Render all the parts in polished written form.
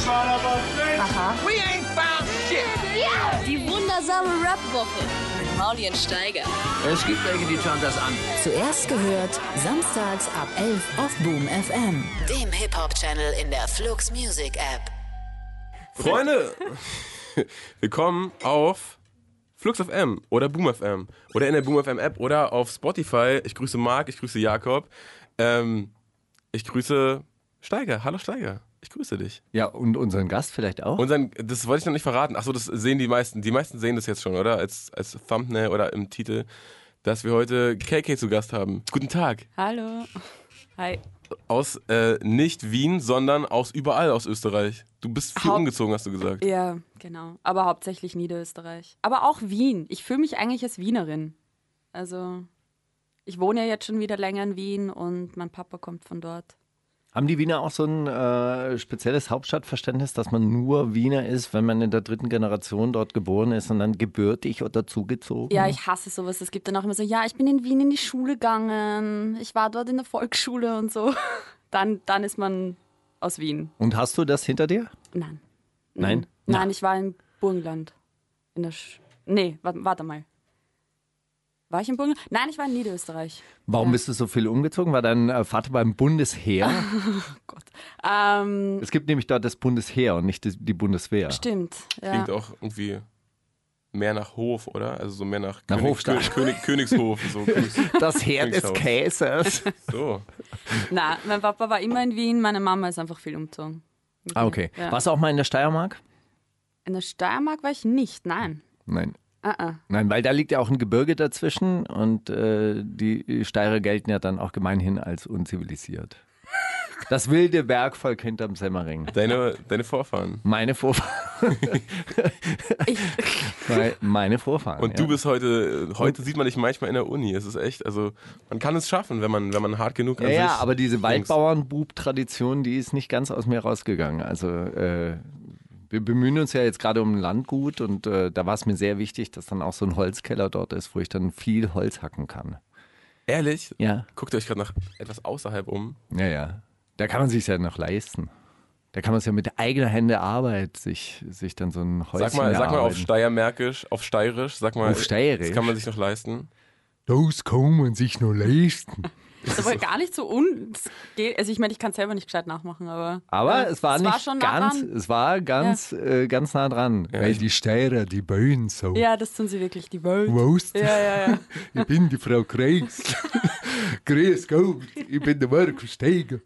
Aha. We ain't found shit. Die wundersame Rap-Woche mit Mauli und Steiger. Es gibt welche, die schauen das an. Zuerst gehört, samstags ab 11 auf Boom FM. Dem Hip-Hop-Channel in der Flux Music App. Freunde, willkommen auf Flux FM oder Boom FM oder in der Boom FM App oder auf Spotify. Ich grüße Marc, ich grüße Jakob, ich grüße Steiger. Hallo Steiger, ich grüße dich. Ja, und unseren Gast vielleicht auch. Das wollte ich noch nicht verraten. Achso, das sehen die meisten. Die meisten sehen das jetzt schon, oder? Als Thumbnail oder im Titel, dass wir heute KK zu Gast haben. Guten Tag. Hallo. Hi. Aus nicht Wien, sondern aus überall aus Österreich. Du bist viel umgezogen, hast du gesagt. Ja, genau. Aber hauptsächlich Niederösterreich. Aber auch Wien. Ich fühle mich eigentlich als Wienerin. Also, ich wohne ja jetzt schon wieder länger in Wien und mein Papa kommt von dort. Haben die Wiener auch so ein spezielles Hauptstadtverständnis, dass man nur Wiener ist, wenn man in der 3. Generation dort geboren ist und dann gebürtig oder zugezogen? Ja, ich hasse sowas. Es gibt dann auch immer so, ja, ich bin in Wien in die Schule gegangen, ich war dort in der Volksschule und so. Dann ist man aus Wien. Und hast du das hinter dir? Nein. Nein? Nein, ich war im Burgenland. Warte mal. War ich im Burgenland? Nein, ich war in Niederösterreich. Warum bist du so viel umgezogen? War dein Vater beim Bundesheer? Oh Gott. Es gibt nämlich dort das Bundesheer und nicht die Bundeswehr. Stimmt. Ja. Klingt auch irgendwie mehr nach Hof, oder? Also so mehr nach Hofstaat. Königshof. So Das Heer des Königshaus. Käsers. So. Nein, mein Papa war immer in Wien, meine Mama ist einfach viel umgezogen. Ah, okay. Ja. Warst du auch mal in der Steiermark? In der Steiermark war ich nicht, nein. Nein. Uh-uh. Nein, weil da liegt ja auch ein Gebirge dazwischen und die Steirer gelten ja dann auch gemeinhin als unzivilisiert. Das wilde Bergvolk hinterm Semmering. Deine Vorfahren. Meine Vorfahren. Meine Vorfahren. Und du bist heute sieht man dich manchmal in der Uni. Es ist echt, also man kann es schaffen, wenn man hart genug an sich. Ja, aber diese Waldbauernbub-Tradition, die ist nicht ganz aus mir rausgegangen. Also wir bemühen uns ja jetzt gerade um ein Landgut und da war es mir sehr wichtig, dass dann auch so ein Holzkeller dort ist, wo ich dann viel Holz hacken kann. Ehrlich? Ja. Guckt euch gerade nach etwas außerhalb um. Ja. Da kann man sich ja noch leisten. Da kann man es ja mit eigener Hände Arbeit sich dann so ein Holz Sag mal auf Steiermärkisch, auf Steirisch, sag mal, auf Steirisch. das kann man sich noch leisten. Das kann man sich noch leisten. Das ist aber gar nicht so also ich meine, ich kann es selber nicht gescheit nachmachen, aber es war nicht schon ganz, nah dran. es war ganz nah dran. Ja. Weil die Steirer, die böen so. Ja, das tun sie wirklich, die Welt. Weißt du? Ja. Ich bin die Frau Kreis. Grüß Gott, ich bin der Markus Steiger.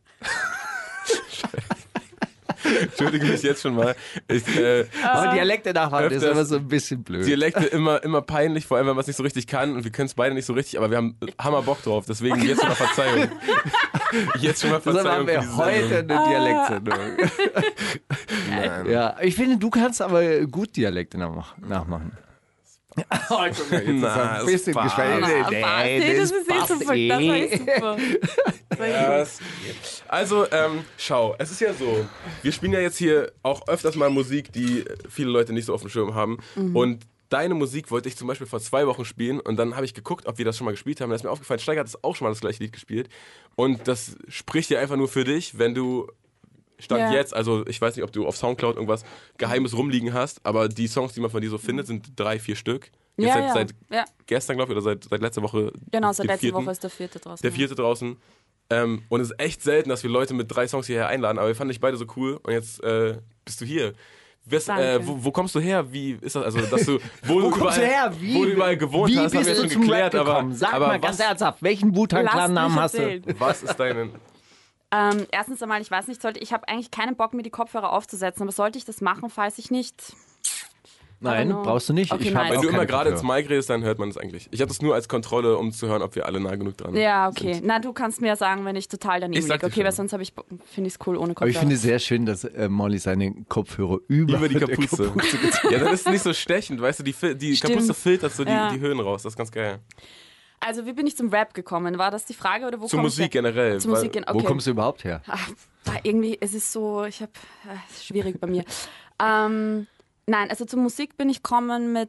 Entschuldige mich jetzt schon mal. Aber Dialekte nachmachen ist öfters immer so ein bisschen blöd. Dialekte immer peinlich, vor allem wenn man es nicht so richtig kann und wir können es beide nicht so richtig, aber wir haben Hammer Bock drauf, deswegen jetzt schon mal Verzeihung. Jetzt schon mal Deshalb Verzeihung haben für wir diese heute Sendung. eine Dialektsendung. Nein. Ja, ich finde, du kannst aber gut Dialekte nachmachen. Oh, guck mal, jetzt ist er ein bisschen passt. geschwellt. Das ist eh super. Das war eh super. Ja, es geht. Also, schau, es ist ja so, wir spielen ja jetzt hier auch öfters mal Musik, die viele Leute nicht so auf dem Schirm haben. Und deine Musik wollte ich zum Beispiel vor 2 Wochen spielen und dann habe ich geguckt, ob wir das schon mal gespielt haben. Da ist mir aufgefallen, Steiger hat das auch schon mal das gleiche Lied gespielt. Und das spricht ja einfach nur für dich, wenn du jetzt, also ich weiß nicht, ob du auf Soundcloud irgendwas Geheimes rumliegen hast, aber die Songs, die man von dir so findet, sind 3, 4 Stück. Jetzt seit gestern, glaube ich, oder seit letzter Woche. Genau, seit letzter 4. Woche ist der 4. draußen. Der 4. draußen. Und es ist echt selten, dass wir Leute mit 3 Songs hierher einladen, aber wir fanden dich beide so cool und jetzt bist du hier. Wo kommst du her? Wie ist das? Also, dass du, wo du überall gewohnt hast, haben wir schon geklärt. Sag mal ganz ernsthaft, welchen Wu-Tang-Clan-Namen hast du? Was ist dein... Erstens einmal, ich weiß nicht, ich habe eigentlich keinen Bock, mir die Kopfhörer aufzusetzen, aber sollte ich das machen, falls ich nicht... Nein, brauchst du nicht. Okay, ich hab Wenn auch du immer keine gerade ins Kopfhörer. Mic redest, dann hört man das eigentlich. Ich habe das nur als Kontrolle, um zu hören, ob wir alle nah genug dran Ja, okay. sind. Na, du kannst mir ja sagen, wenn ich total daneben Ich sag liege. dir Okay, schon. weil sonst finde ich es cool ohne Kopfhörer. Aber ich finde es sehr schön, dass Molly seine Kopfhörer über die der Kapuze. Ja, dann ist es nicht so stechend, weißt du, die Stimmt. Kapuze filtert so Ja. die Höhen raus. Das ist ganz geil. Also, wie bin ich zum Rap gekommen? War das die Frage oder wo Zur komm ich Musik her? generell. Zur Musik, okay. Wo kommst du überhaupt her? Irgendwie, es ist so, ist schwierig bei mir. Nein, also zur Musik bin ich gekommen mit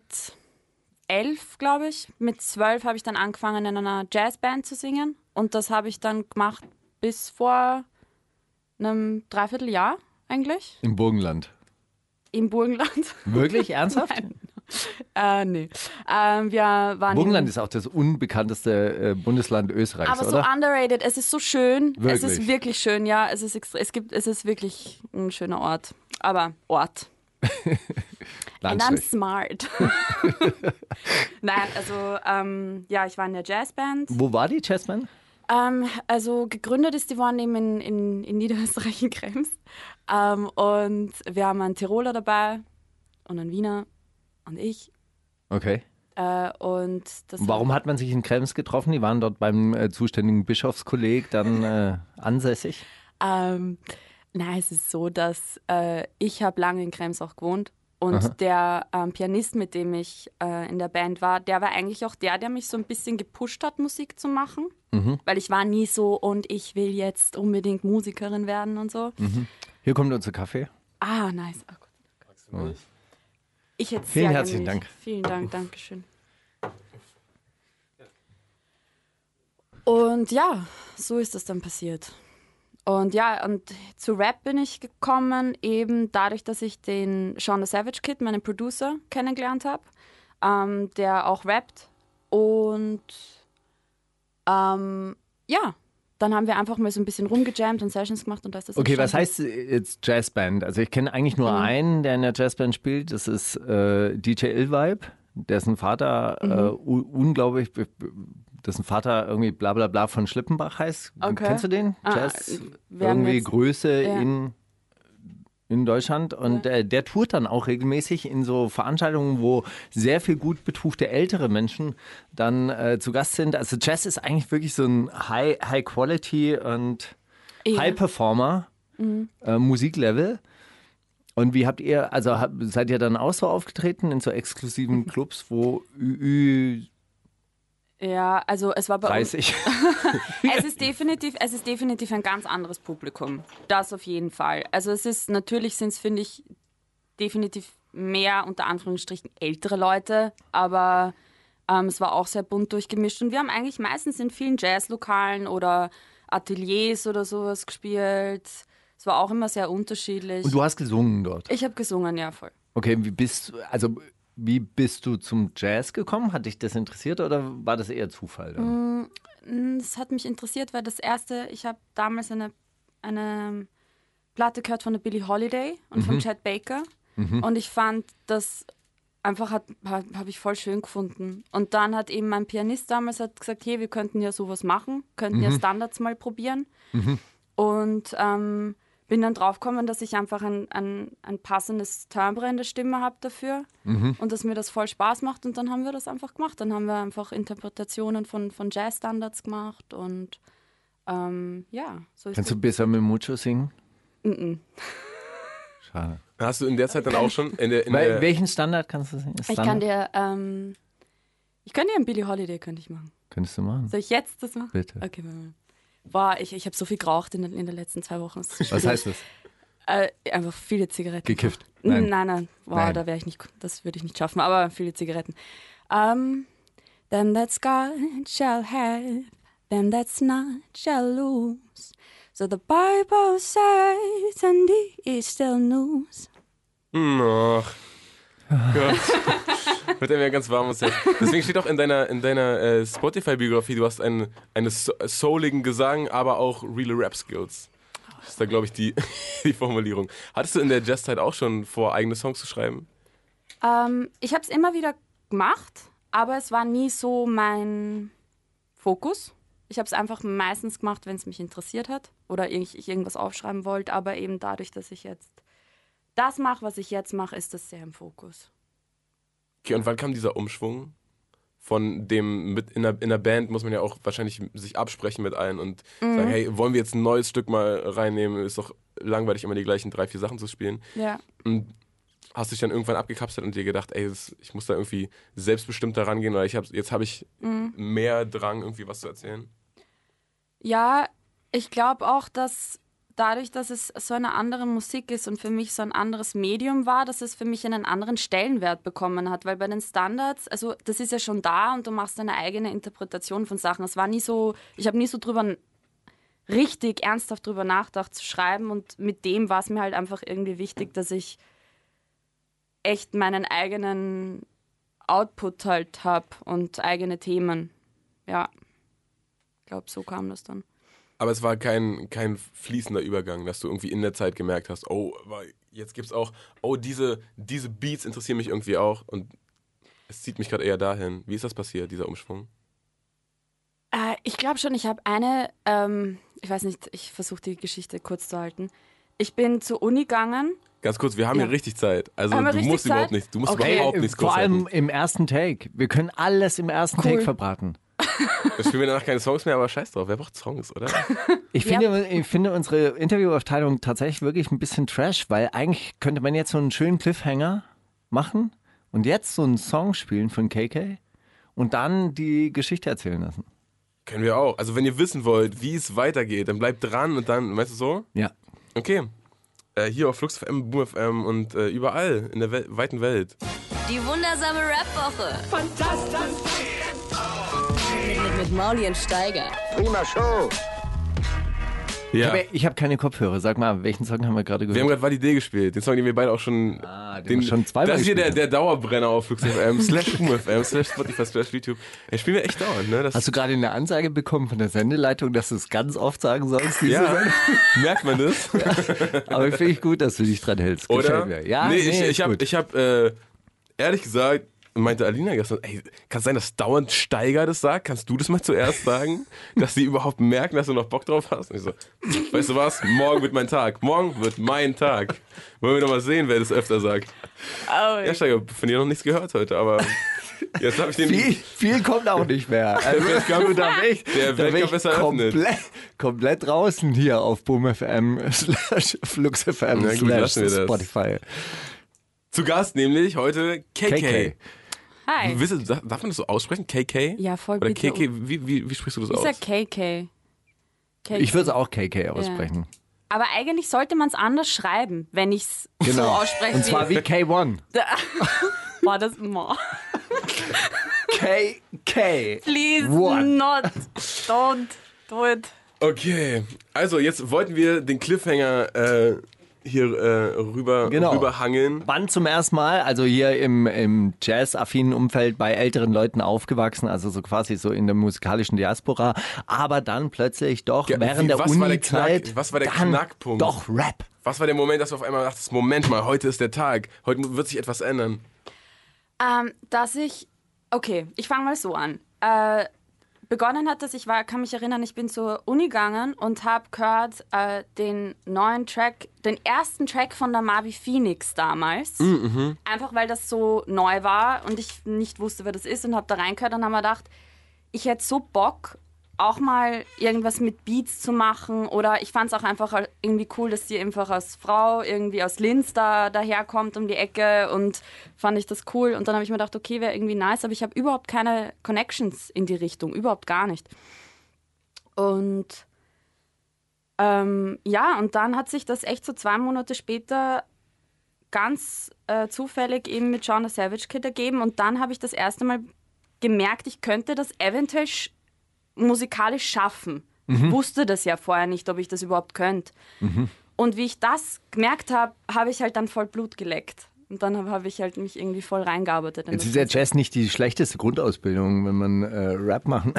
11, glaube ich. Mit 12 habe ich dann angefangen, in einer Jazzband zu singen. Und das habe ich dann gemacht bis vor einem Dreivierteljahr. eigentlich. Im Burgenland. Im Burgenland. Wirklich? Ernsthaft? Nee. Wir waren Burgenland ist auch das unbekannteste Bundesland Österreichs, aber so oder? underrated. Es ist so schön. Wirklich? Es ist wirklich schön, ja. Es ist wirklich ein schöner Ort. Aber Ort. And I'm Landstrich. smart. Nein, also ja, ich war in der Jazzband. Wo war die Jazzband? Also gegründet ist die worden eben in Niederösterreich, in Krems. Und wir haben einen Tiroler dabei und einen Wiener und ich. Okay. Und das Warum hat man sich in Krems getroffen? Die waren dort beim zuständigen Bischofskolleg dann ansässig? Nein, es ist so, dass ich habe lange in Krems auch gewohnt. Und der Pianist, mit dem ich in der Band war, der war eigentlich auch der mich so ein bisschen gepusht hat, Musik zu machen. Weil ich war nie so, und ich will jetzt unbedingt Musikerin werden und so. Hier kommt unser Kaffee. Ah, nice. Oh Gott. Ich hätte Vielen sehr herzlichen gerne Dank. Vielen Dank, Dankeschön. Und ja, so ist das dann passiert. Und ja, und zu Rap bin ich gekommen, eben dadurch, dass ich den Sean the Savage Kid, meinen Producer, kennengelernt habe, der auch rappt. Und ja, dann haben wir einfach mal so ein bisschen rumgejammt und Sessions gemacht und da ist das Okay, was entstanden. heißt jetzt Jazzband? Also ich kenne eigentlich nur einen, der in der Jazzband spielt. Das ist DJ Illvibe, dessen Vater unglaublich, dessen Vater irgendwie bla bla bla von Schlippenbach heißt. Okay. Kennst du den? Jazz, wir haben irgendwie jetzt- Größe ja. in Deutschland. Und der tourt dann auch regelmäßig in so Veranstaltungen, wo sehr viel gut betuchte ältere Menschen dann zu Gast sind. Also Jazz ist eigentlich wirklich so ein High Quality und Ja. High Performer Musiklevel. Und wie habt ihr, also seid ihr dann auch so aufgetreten in so exklusiven Clubs, wo Ja, also es war bei uns. 30? Es ist definitiv ein ganz anderes Publikum. Das auf jeden Fall. Also natürlich sind es, finde ich, definitiv mehr unter Anführungsstrichen ältere Leute, aber es war auch sehr bunt durchgemischt. Und wir haben eigentlich meistens in vielen Jazzlokalen oder Ateliers oder sowas gespielt. Es war auch immer sehr unterschiedlich. Und du hast gesungen dort. Ich habe gesungen, ja, voll. Okay, wie bist du zum Jazz gekommen? Hat dich das interessiert oder war das eher Zufall dann? Es hat mich interessiert, weil ich habe damals eine Platte gehört von der Billie Holiday und von Chet Baker. Und ich fand das einfach, habe ich voll schön gefunden. Und dann hat eben mein Pianist damals gesagt, hey, wir könnten ja sowas machen, könnten ja Standards mal probieren. Und bin dann draufgekommen, dass ich einfach ein passendes Timbre in der Stimme habe dafür und dass mir das voll Spaß macht. Und dann haben wir das einfach gemacht. Dann haben wir einfach Interpretationen von Jazz-Standards gemacht und ja, so ist Kannst du es. besser mit Mucho singen? Schade. Hast du in der Zeit dann auch schon Welchen Standard kannst du singen? Ich kann dir einen Billie Holiday könnte ich machen. Könntest du machen? Soll ich jetzt das machen? Bitte. Okay, warte mal. Boah, ich habe so viel geraucht in den letzten 2 Wochen. Es ist Was heißt das? einfach viele Zigaretten. Gekifft? Nein. Nein. Boah, Nein. da wäre ich nicht, das würde ich nicht schaffen, aber viele Zigaretten. Them that's got shall have, them that's not shall lose. So the Bible says, and he is still news. Ach Gott. Wird mir ganz warm ums Herz. Deswegen steht auch in deiner Spotify-Biografie, du hast einen souligen Gesang, aber auch reale Rap-Skills. Das ist da, glaube ich, die Formulierung. Hattest du in der Jazzzeit auch schon vor, eigene Songs zu schreiben? Ich habe es immer wieder gemacht, aber es war nie so mein Fokus. Ich habe es einfach meistens gemacht, wenn es mich interessiert hat oder ich irgendwas aufschreiben wollte, aber eben dadurch, dass ich jetzt das mache, was ich jetzt mache, ist das sehr im Fokus. Okay, und wann kam dieser Umschwung? Von dem, in der Band muss man ja auch wahrscheinlich sich absprechen mit allen und sagen, hey, wollen wir jetzt ein neues Stück mal reinnehmen? Ist doch langweilig, immer die gleichen 3, 4 Sachen zu spielen. Ja. Und hast dich dann irgendwann abgekapselt und dir gedacht, ey, ich muss da irgendwie selbstbestimmter rangehen, weil jetzt habe ich mehr Drang, irgendwie was zu erzählen? Ja, ich glaube auch, dass dadurch, dass es so eine andere Musik ist und für mich so ein anderes Medium war, dass es für mich einen anderen Stellenwert bekommen hat. Weil bei den Standards, also das ist ja schon da und du machst deine eigene Interpretation von Sachen. Es war nie so, ich habe nie so drüber richtig ernsthaft drüber nachgedacht zu schreiben und mit dem war es mir halt einfach irgendwie wichtig, dass ich echt meinen eigenen Output halt habe und eigene Themen. Ja, ich glaube, so kam das dann. Aber es war kein fließender Übergang, dass du irgendwie in der Zeit gemerkt hast, oh, aber jetzt gibt's auch, oh, diese Beats interessieren mich irgendwie auch und es zieht mich gerade eher dahin. Wie ist das passiert, dieser Umschwung? Ich glaube schon, ich habe ich weiß nicht, ich versuche die Geschichte kurz zu halten. Ich bin zur Uni gegangen. Ganz kurz, wir haben hier richtig Zeit. Also Haben wir du richtig musst Zeit? überhaupt nichts Vor kurz allem halten. im ersten Take. Wir können alles im ersten Take verbraten. Da spielen wir danach keine Songs mehr, aber scheiß drauf. Wer braucht Songs, oder? Ich finde unsere Interviewaufteilung tatsächlich wirklich ein bisschen trash, weil eigentlich könnte man jetzt so einen schönen Cliffhanger machen und jetzt so einen Song spielen von KK und dann die Geschichte erzählen lassen. Können wir auch. Also wenn ihr wissen wollt, wie es weitergeht, dann bleibt dran und dann, weißt du so? Ja. Okay. Hier auf Flux FM, Boom FM und überall in der weiten Welt. Die wundersame Rap-Woche. Fantastisch. Mit Mauli und Steiger. Prima Show. Ja. Ich habe keine Kopfhörer. Sag mal, welchen Song haben wir gerade gehört? Wir haben gerade Validé gespielt. Den Song, den wir beide auch schon... den wir schon zweimal Das ist hier gespielt der Dauerbrenner auf Flux FM, /Boom FM, /Spotify, /YouTube. Den spielen wir echt dauernd, ne? Das Hast du gerade eine Ansage bekommen von der Sendeleitung, dass du es ganz oft sagen sollst? ja, merkt man das? Aber finde ich gut, dass du dich dran hältst. Oder? Gefällt mir. Ja, nee, ist ich gut. hab ehrlich gesagt, meinte Alina gestern, ey, kann es sein, dass dauernd Steiger das sagt? Kannst du das mal zuerst sagen? Dass sie überhaupt merken, dass du noch Bock drauf hast? Und ich so, weißt du was? Morgen wird mein Tag. Morgen wird mein Tag. Wollen wir doch mal sehen, wer das öfter sagt. Ja, Steiger, von dir noch nichts gehört heute, aber jetzt habe ich den... Viel kommt auch nicht mehr. Also, Der Weltcup ist eröffnet. Komplett draußen hier auf Boom FM /Flux FM Na gut, lassen wir das. Spotify. Zu Gast nämlich heute KK. Hi. Darf man das so aussprechen? KK? Ja, voll Oder bitte. KK, wie sprichst du das Ich aus? sag KK. Ich würde es auch KK aussprechen. Aber eigentlich sollte man es anders schreiben, wenn ich es so Genau. ausspreche. Und zwar wie K1. War das immer. KK. Please What? not. Don't do it. Okay, also jetzt wollten wir den Cliffhanger hier rüberhangeln. Wann zum ersten Mal, also hier im Jazz-affinen Umfeld bei älteren Leuten aufgewachsen, also so quasi so in der musikalischen Diaspora, aber dann plötzlich doch während der Uni-Zeit. Was war der Knackpunkt? Doch, Rap. Was war der Moment, dass du auf einmal dachtest, Moment mal, heute ist der Tag, heute wird sich etwas ändern? Okay, ich fange mal so an. Begonnen hat das, kann mich erinnern, ich bin zur Uni gegangen und habe gehört den ersten Track von der Mavi Phoenix damals. Einfach weil das so neu war und ich nicht wusste, wer das ist und habe da reingehört und habe mir gedacht, ich hätte so Bock, auch mal irgendwas mit Beats zu machen oder ich fand es auch einfach irgendwie cool, dass die einfach als Frau irgendwie aus Linz daherkommt um die Ecke und fand ich das cool und dann habe ich mir gedacht, okay, wäre irgendwie nice, aber ich habe überhaupt keine Connections in die Richtung, überhaupt gar nicht. Und und dann hat sich das echt so 2 Monate später ganz zufällig eben mit John the Savage Kid ergeben und dann habe ich das erste Mal gemerkt, ich könnte das eventuell musikalisch schaffen. Ich wusste das ja vorher nicht, ob ich das überhaupt könnte. Und wie ich das gemerkt habe, habe ich halt dann voll Blut geleckt. Und dann habe ich halt mich irgendwie voll reingearbeitet. Jetzt ist der Jazz nicht die schlechteste Grundausbildung, wenn man Rap machen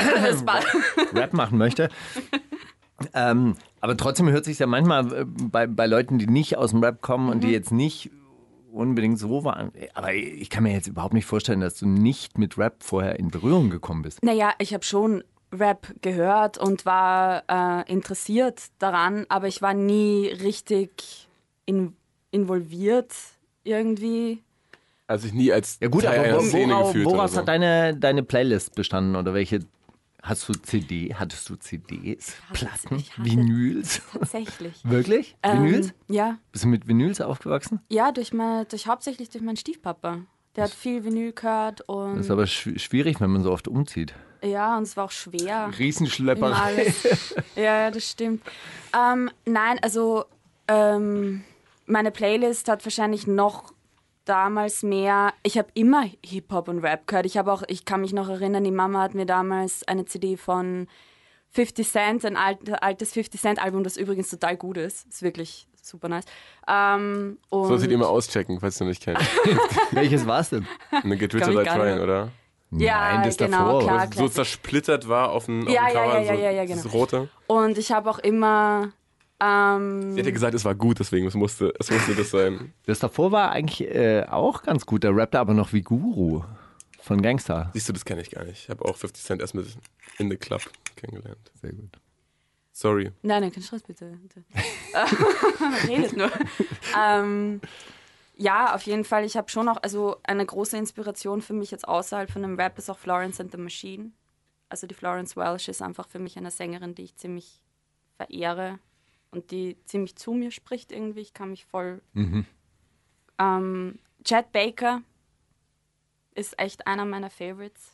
möchte. Aber trotzdem hört sich ja manchmal bei Leuten, die nicht aus dem Rap kommen und die jetzt nicht unbedingt so waren. Aber ich kann mir jetzt überhaupt nicht vorstellen, dass du nicht mit Rap vorher in Berührung gekommen bist. Naja, ich habe schon Rap gehört und war interessiert daran, aber ich war nie richtig involviert irgendwie. Also ich nie als Ja gut, Teil aber einer Szene gefühlt woraus oder so. hat deine Playlist bestanden oder welche? Hattest du CDs, Platten, ich hatte Vinyls? Tatsächlich. Wirklich? Vinyls? Ja. Bist du mit Vinyls aufgewachsen? Ja, hauptsächlich durch meinen Stiefpapa. Der hat viel Vinyl gehört und Das ist aber schwierig, wenn man so oft umzieht. ja, und es war auch schwer. Immer Riesenschlepperei. alles. Ja, das stimmt. Nein, also meine Playlist hat wahrscheinlich noch damals mehr, ich habe immer Hip-Hop und Rap gehört. Ich kann mich noch erinnern, die Mama hat mir damals eine CD von 50 Cent, ein altes 50 Cent Album, das übrigens total gut ist. Ist wirklich super nice. Solltet ihr mal auschecken, falls du nicht kennst. Welches war es denn? Eine Get Rich Kann or ich Die gar Trying, nicht. oder? Ja, Nein, das genau, davor. klar. So zersplittert war auf dem Ja, Cover, ja, so genau. das Rote. Und ich habe auch immer... Sie hat ja gesagt, es war gut, deswegen es musste das sein. Das davor war eigentlich auch ganz gut. Der rappte aber noch wie Guru von Gangsta. Siehst du, das kenne ich gar nicht. Ich habe auch 50 Cent erst mit In the Club kennengelernt. Sehr gut. Sorry. Nein, kein Stress, bitte. Redet nur. Ja, auf jeden Fall. Ich habe schon auch, also eine große Inspiration für mich jetzt außerhalb von dem Rap ist auch Florence and the Machine. Also die Florence Welch ist einfach für mich eine Sängerin, die ich ziemlich verehre und die ziemlich zu mir spricht irgendwie. Ich kann mich voll... Chet Baker ist echt einer meiner Favorites.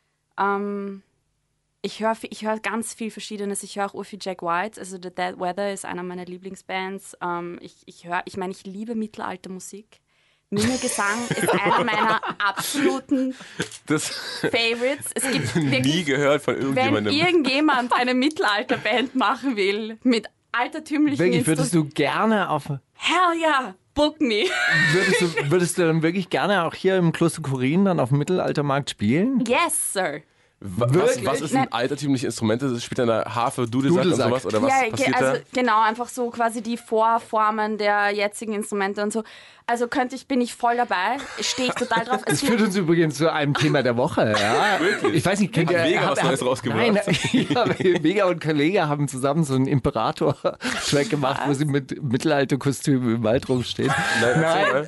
Ich höre ganz viel Verschiedenes. Ich höre auch urviel Jack White. Also The Dead Weather ist einer meiner Lieblingsbands. Ich liebe Mittelaltermusik. Mimmelgesang ist einer meiner absoluten Favorites. Es gibt Nie wirklich, gehört von wenn irgendjemandem. irgendjemand eine Mittelalterband machen will mit altertümlichen Wirklich, würdest du gerne Hell yeah, book me. würdest du dann wirklich gerne auch hier im Kloster Chorin dann auf dem Mittelaltermarkt spielen? Yes, sir. Was ist ein altertümliches Instrument? Das spielt dann eine Harfe, Dudelsack und Dudelsack. sowas? Oder was passiert also da? genau, einfach so quasi die Vorformen der jetzigen Instrumente und so. Also bin ich voll dabei, stehe ich total drauf. Das führt uns übrigens zu einem Thema der Woche. Ja? Wirklich? Ich weiß nicht, kennt ihr... Hat Vega was Neues rausgebracht? Nein, ja, Vega und Kollege haben zusammen so einen Imperator-Track gemacht, wo sie mit Mittelalterkostümen im Wald rumstehen. Nein.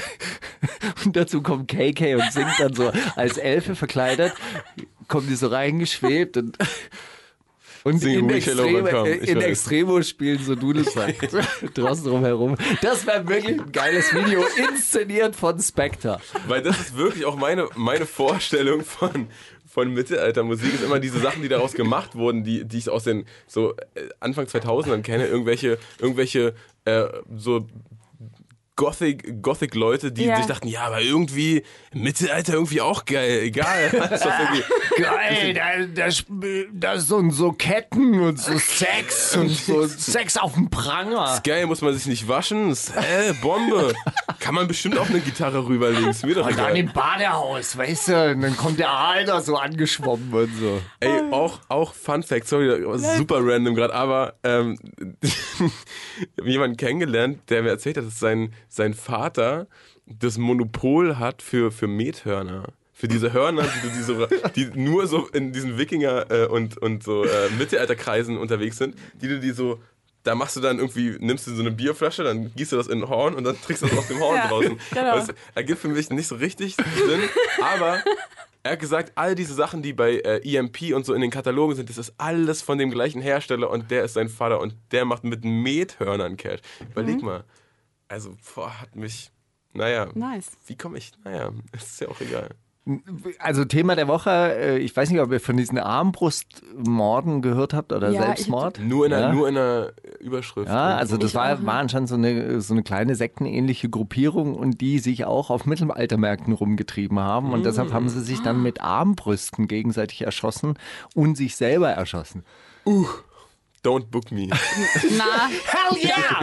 Und dazu kommt KK und singt dann so als Elfe verkleidet, kommen die so reingeschwebt und Sing in, ruhig, hello, welcome. Ich weiß. Extremo spielen so Dudelsack draußen drumherum. Das wäre wirklich ein geiles Video, inszeniert von Spectre. Weil das ist wirklich auch meine Vorstellung von Mittelaltermusik, ist immer diese Sachen, die daraus gemacht wurden, die ich aus den so Anfang 2000ern kenne, irgendwelche so Gothic-Leute, die sich dachten, ja, aber irgendwie Mittelalter irgendwie auch geil, egal. Das ist irgendwie Geil, da ist so Ketten und so Sex und so Sex auf dem Pranger. geil, muss man sich nicht waschen, ist, Bombe. Kann man bestimmt auch eine Gitarre rüberlegen, ist mir doch Und dann egal. im Badehaus, weißt du, und dann kommt der Aal da so angeschwommen und so. Ey, auch Fun Fact, sorry, super random gerade, aber ich habe jemanden kennengelernt, der mir erzählt hat, dass sein Vater das Monopol hat für Methörner. Für diese Hörner, die nur so in diesen Wikinger- und so Mittelalterkreisen unterwegs sind, die so, da machst du dann irgendwie, nimmst du so eine Bierflasche, dann gießt du das in ein Horn und dann trinkst du das aus dem Horn draußen. Genau. Das ergibt für mich nicht so richtig Sinn, aber er hat gesagt, all diese Sachen, die bei EMP und so in den Katalogen sind, das ist alles von dem gleichen Hersteller und der ist sein Vater und der macht mit Methörnern Cash. Überleg mal. Also, hat mich, Nice. wie komme ich, ist ja auch egal. Also Thema der Woche, ich weiß nicht, ob ihr von diesen Armbrustmorden gehört habt oder Ja, Selbstmord. Nur in einer Überschrift. Ja, also das war anscheinend so eine kleine sektenähnliche Gruppierung und die sich auch auf Mittelaltermärkten rumgetrieben haben und deshalb haben sie sich dann mit Armbrüsten gegenseitig erschossen und sich selber erschossen. Don't book me. Na, Hell yeah!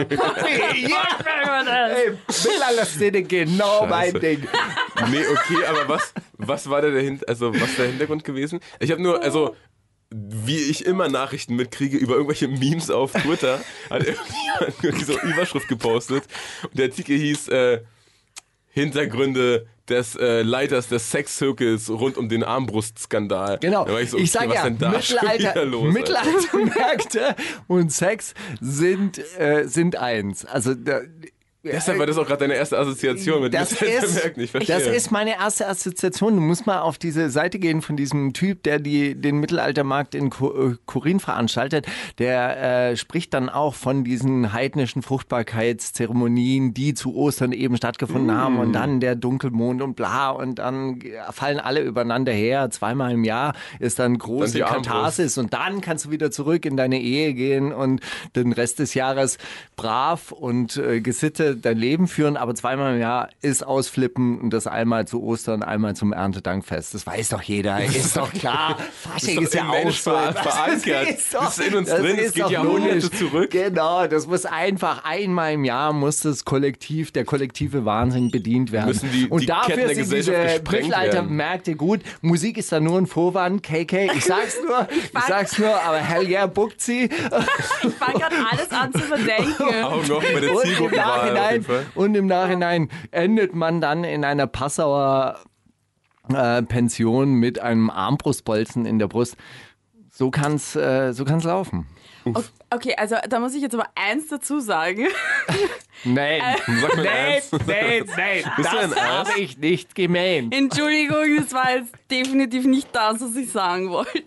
Hey, Mittelalter-Szene, genau mein Ding. Nee, okay, aber was war der Hintergrund gewesen? Ich habe nur, also wie ich immer Nachrichten mitkriege über irgendwelche Memes auf Twitter, hat irgendjemand nur diese Überschrift gepostet und der Artikel hieß Hintergründe des Leiters des Sexzirkels rund um den Armbrustskandal. Genau, Da war so, ich sage was ja, denn da schon wieder los, Alter? Mittelaltermärkte und Sex sind eins. Also Deshalb war das auch gerade deine erste Assoziation mit Mittelaltermärkten. Ich verstehe. Das ist meine erste Assoziation. Du musst mal auf diese Seite gehen von diesem Typ, der den Mittelaltermarkt in Chorin veranstaltet. Der spricht dann auch von diesen heidnischen Fruchtbarkeitszeremonien, die zu Ostern eben stattgefunden haben. Und dann der Dunkelmond und bla. Und dann fallen alle übereinander her. Zweimal im Jahr ist dann große Dann die Katharsis. Und dann kannst du wieder zurück in deine Ehe gehen und den Rest des Jahres brav und gesittet dein Leben führen, aber zweimal im Jahr ist ausflippen und das einmal zu Ostern, einmal zum Erntedankfest. Das weiß doch jeder, ist doch klar. Fasching ist ja auch so verankert. Das ist in uns drin, es geht Jahrhunderte zurück. Genau, das muss einfach einmal im Jahr muss das Kollektiv, der kollektive Wahnsinn bedient werden. Müssen die und dafür Ketten der sind Gesellschaft diese gesprengt Mittelaltermärkte gut. Musik ist da nur ein Vorwand, KK. Ich sag's nur, aber hell yeah, bookt sie. Ich fange gerade alles an zu verdenken. Auch noch bei der Zielgruppenwahl auf jeden Fall. Und im Nachhinein endet man dann in einer Passauer Pension mit einem Armbrustbolzen in der Brust. So kann's laufen. Okay, also da muss ich jetzt aber eins dazu sagen. Nein, Sag mal ernst. nein, Bist du denn das habe ich nicht gemeint. Entschuldigung, das war jetzt definitiv nicht das, was ich sagen wollte.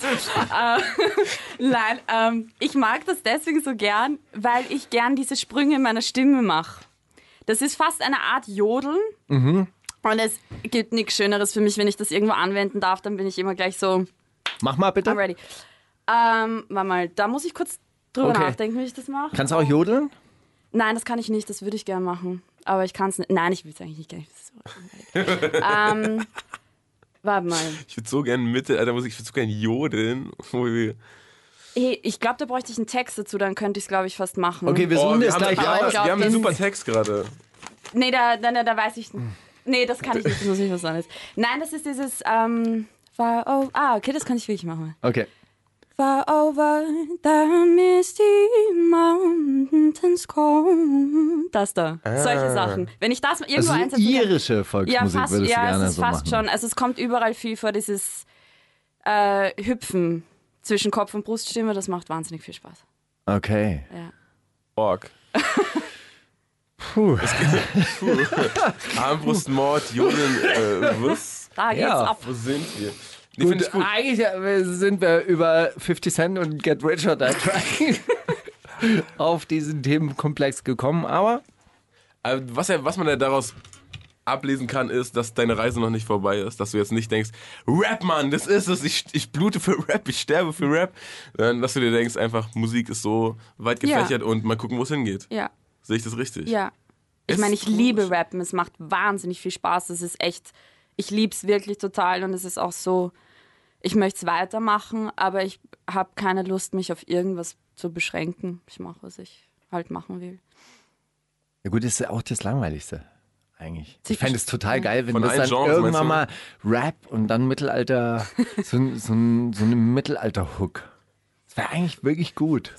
Nein, ich mag das deswegen so gern, weil ich gern diese Sprünge in meiner Stimme mache. Das ist fast eine Art Jodeln. Und es gibt nichts Schöneres für mich, wenn ich das irgendwo anwenden darf, dann bin ich immer gleich so, Mach mal bitte. I'm ready. Warte mal, da muss ich kurz drüber nachdenken, wie ich das mache. Kannst du auch jodeln? Nein, das kann ich nicht, das würde ich gerne machen. Aber ich kann es nicht. Nein, ich will es eigentlich nicht gerne. Warte mal. Ich würde so gerne Mittelaltermusik, ich würde so gerne jodeln. Hey, ich glaube, da bräuchte ich einen Text dazu, dann könnte ich es, glaube ich, fast machen. Okay, wir suchen das gleich aus. Wir haben einen super Text gerade. Nee, da weiß ich nicht. Nee, das kann ich nicht, das muss ich was anderes. Nein, das ist dieses, okay, das kann ich wirklich machen. Okay. Far over the misty mountains cold. Das da. Solche Sachen. Wenn ich das irgendwo Also einsetze. irische Volksmusik würdest du gerne es ist so fast machen. schon. Also es kommt überall viel vor, dieses Hüpfen zwischen Kopf und Bruststimme. Das macht wahnsinnig viel Spaß. Okay. Ja. Org. Puh. Armbrustmord, Jodeln, was? Da geht's ab. Wo sind wir? Nee, finde ich gut. Eigentlich sind wir über 50 Cent und Get Rich or Die Trying auf diesen Themenkomplex gekommen, aber Was man ja daraus ablesen kann, ist, dass deine Reise noch nicht vorbei ist. Dass du jetzt nicht denkst, Rap, Mann, das ist es, ich blute für Rap, ich sterbe für Rap. Sondern dass du dir denkst, einfach, Musik ist so weit gefächert und mal gucken, wo es hingeht. Ja. Sehe ich das richtig? Ja. Ich meine, ich liebe Rappen. Es macht wahnsinnig viel Spaß. Es ist echt, ich liebe es wirklich total und es ist auch so, ich möchte es weitermachen, aber ich habe keine Lust, mich auf irgendwas zu beschränken. Ich mache, was ich halt machen will. ja gut, das ist auch das Langweiligste eigentlich. Ich fände es total geil, wenn Von das allen dann Genres, irgendwann mal meinst Rap und dann Mittelalter, so eine Mittelalter-Hook. Das wäre eigentlich wirklich gut.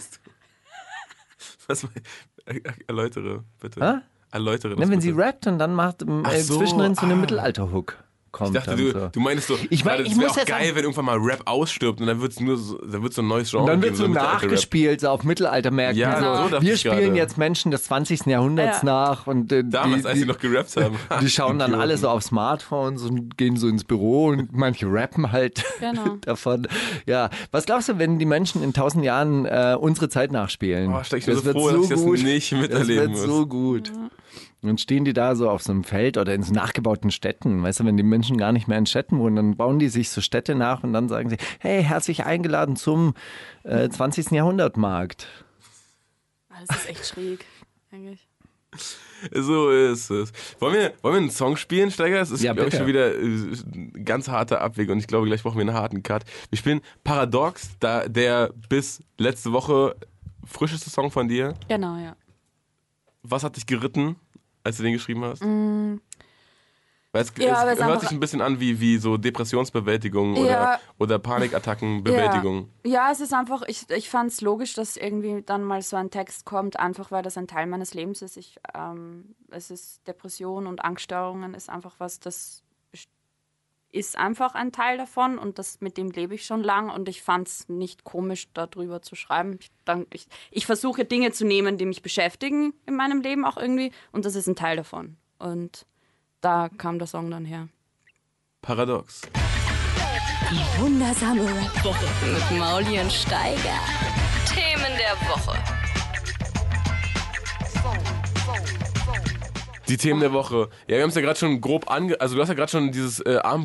Was, erläutere, bitte. Hä? Erläutere das Ne, wenn bitte. sie rappt und dann macht so, zwischendrin so eine Mittelalter-Hook. Ich dachte, du meinst so, Ich meine, das ich wäre muss auch jetzt geil, wenn irgendwann mal Rap ausstirbt und dann wird so ein neues Genre Und dann geben, wird so Mittelalter-Rap. nachgespielt, so auf Mittelaltermärkten. Ja, so. so dachte Wir ich spielen gerade. jetzt Menschen des 20. Jahrhunderts nach. Und Damals, als sie noch gerappt haben. die schauen dann alle so auf Smartphones und gehen so ins Büro und manche rappen halt Genau. davon. Ja, was glaubst du, wenn die Menschen in 1000 Jahren unsere Zeit nachspielen? Oh, ich bin so froh, dass ich das nicht miterleben Das wird muss. so gut. Und dann stehen die da so auf so einem Feld oder in so nachgebauten Städten. Weißt du, wenn die Menschen gar nicht mehr in Städten wohnen, dann bauen die sich so Städte nach und dann sagen sie, hey, herzlich eingeladen zum 20. Jahrhundertmarkt. Das ist echt schräg, eigentlich. So ist es. Wollen wir einen Song spielen, Steiger? Es ist, Ja, glaube ich, bitte. schon wieder ein ganz harter Abweg und ich glaube, gleich brauchen wir einen harten Cut. Wir spielen Paradox, der bis letzte Woche frischeste Song von dir. Genau, ja. Was hat dich geritten, als du den geschrieben hast? Weil es aber es hört einfach- sich ein bisschen an wie so Depressionsbewältigung Ja. oder Panikattackenbewältigung. Ja, es ist einfach, ich fand es logisch, dass irgendwie dann mal so ein Text kommt, einfach weil das ein Teil meines Lebens ist. Es ist Depression und Angststörungen ist einfach was, das ist einfach ein Teil davon und mit dem lebe ich schon lang und ich fand es nicht komisch, darüber zu schreiben. Ich versuche Dinge zu nehmen, die mich beschäftigen in meinem Leben auch irgendwie und das ist ein Teil davon. Und da kam der Song dann her. Paradox. Die wundersame Rap-Woche mit Mauli und Steiger. Themen der Woche. Die Themen der Woche. Ja, wir haben es ja gerade schon grob also du hast ja gerade schon dieses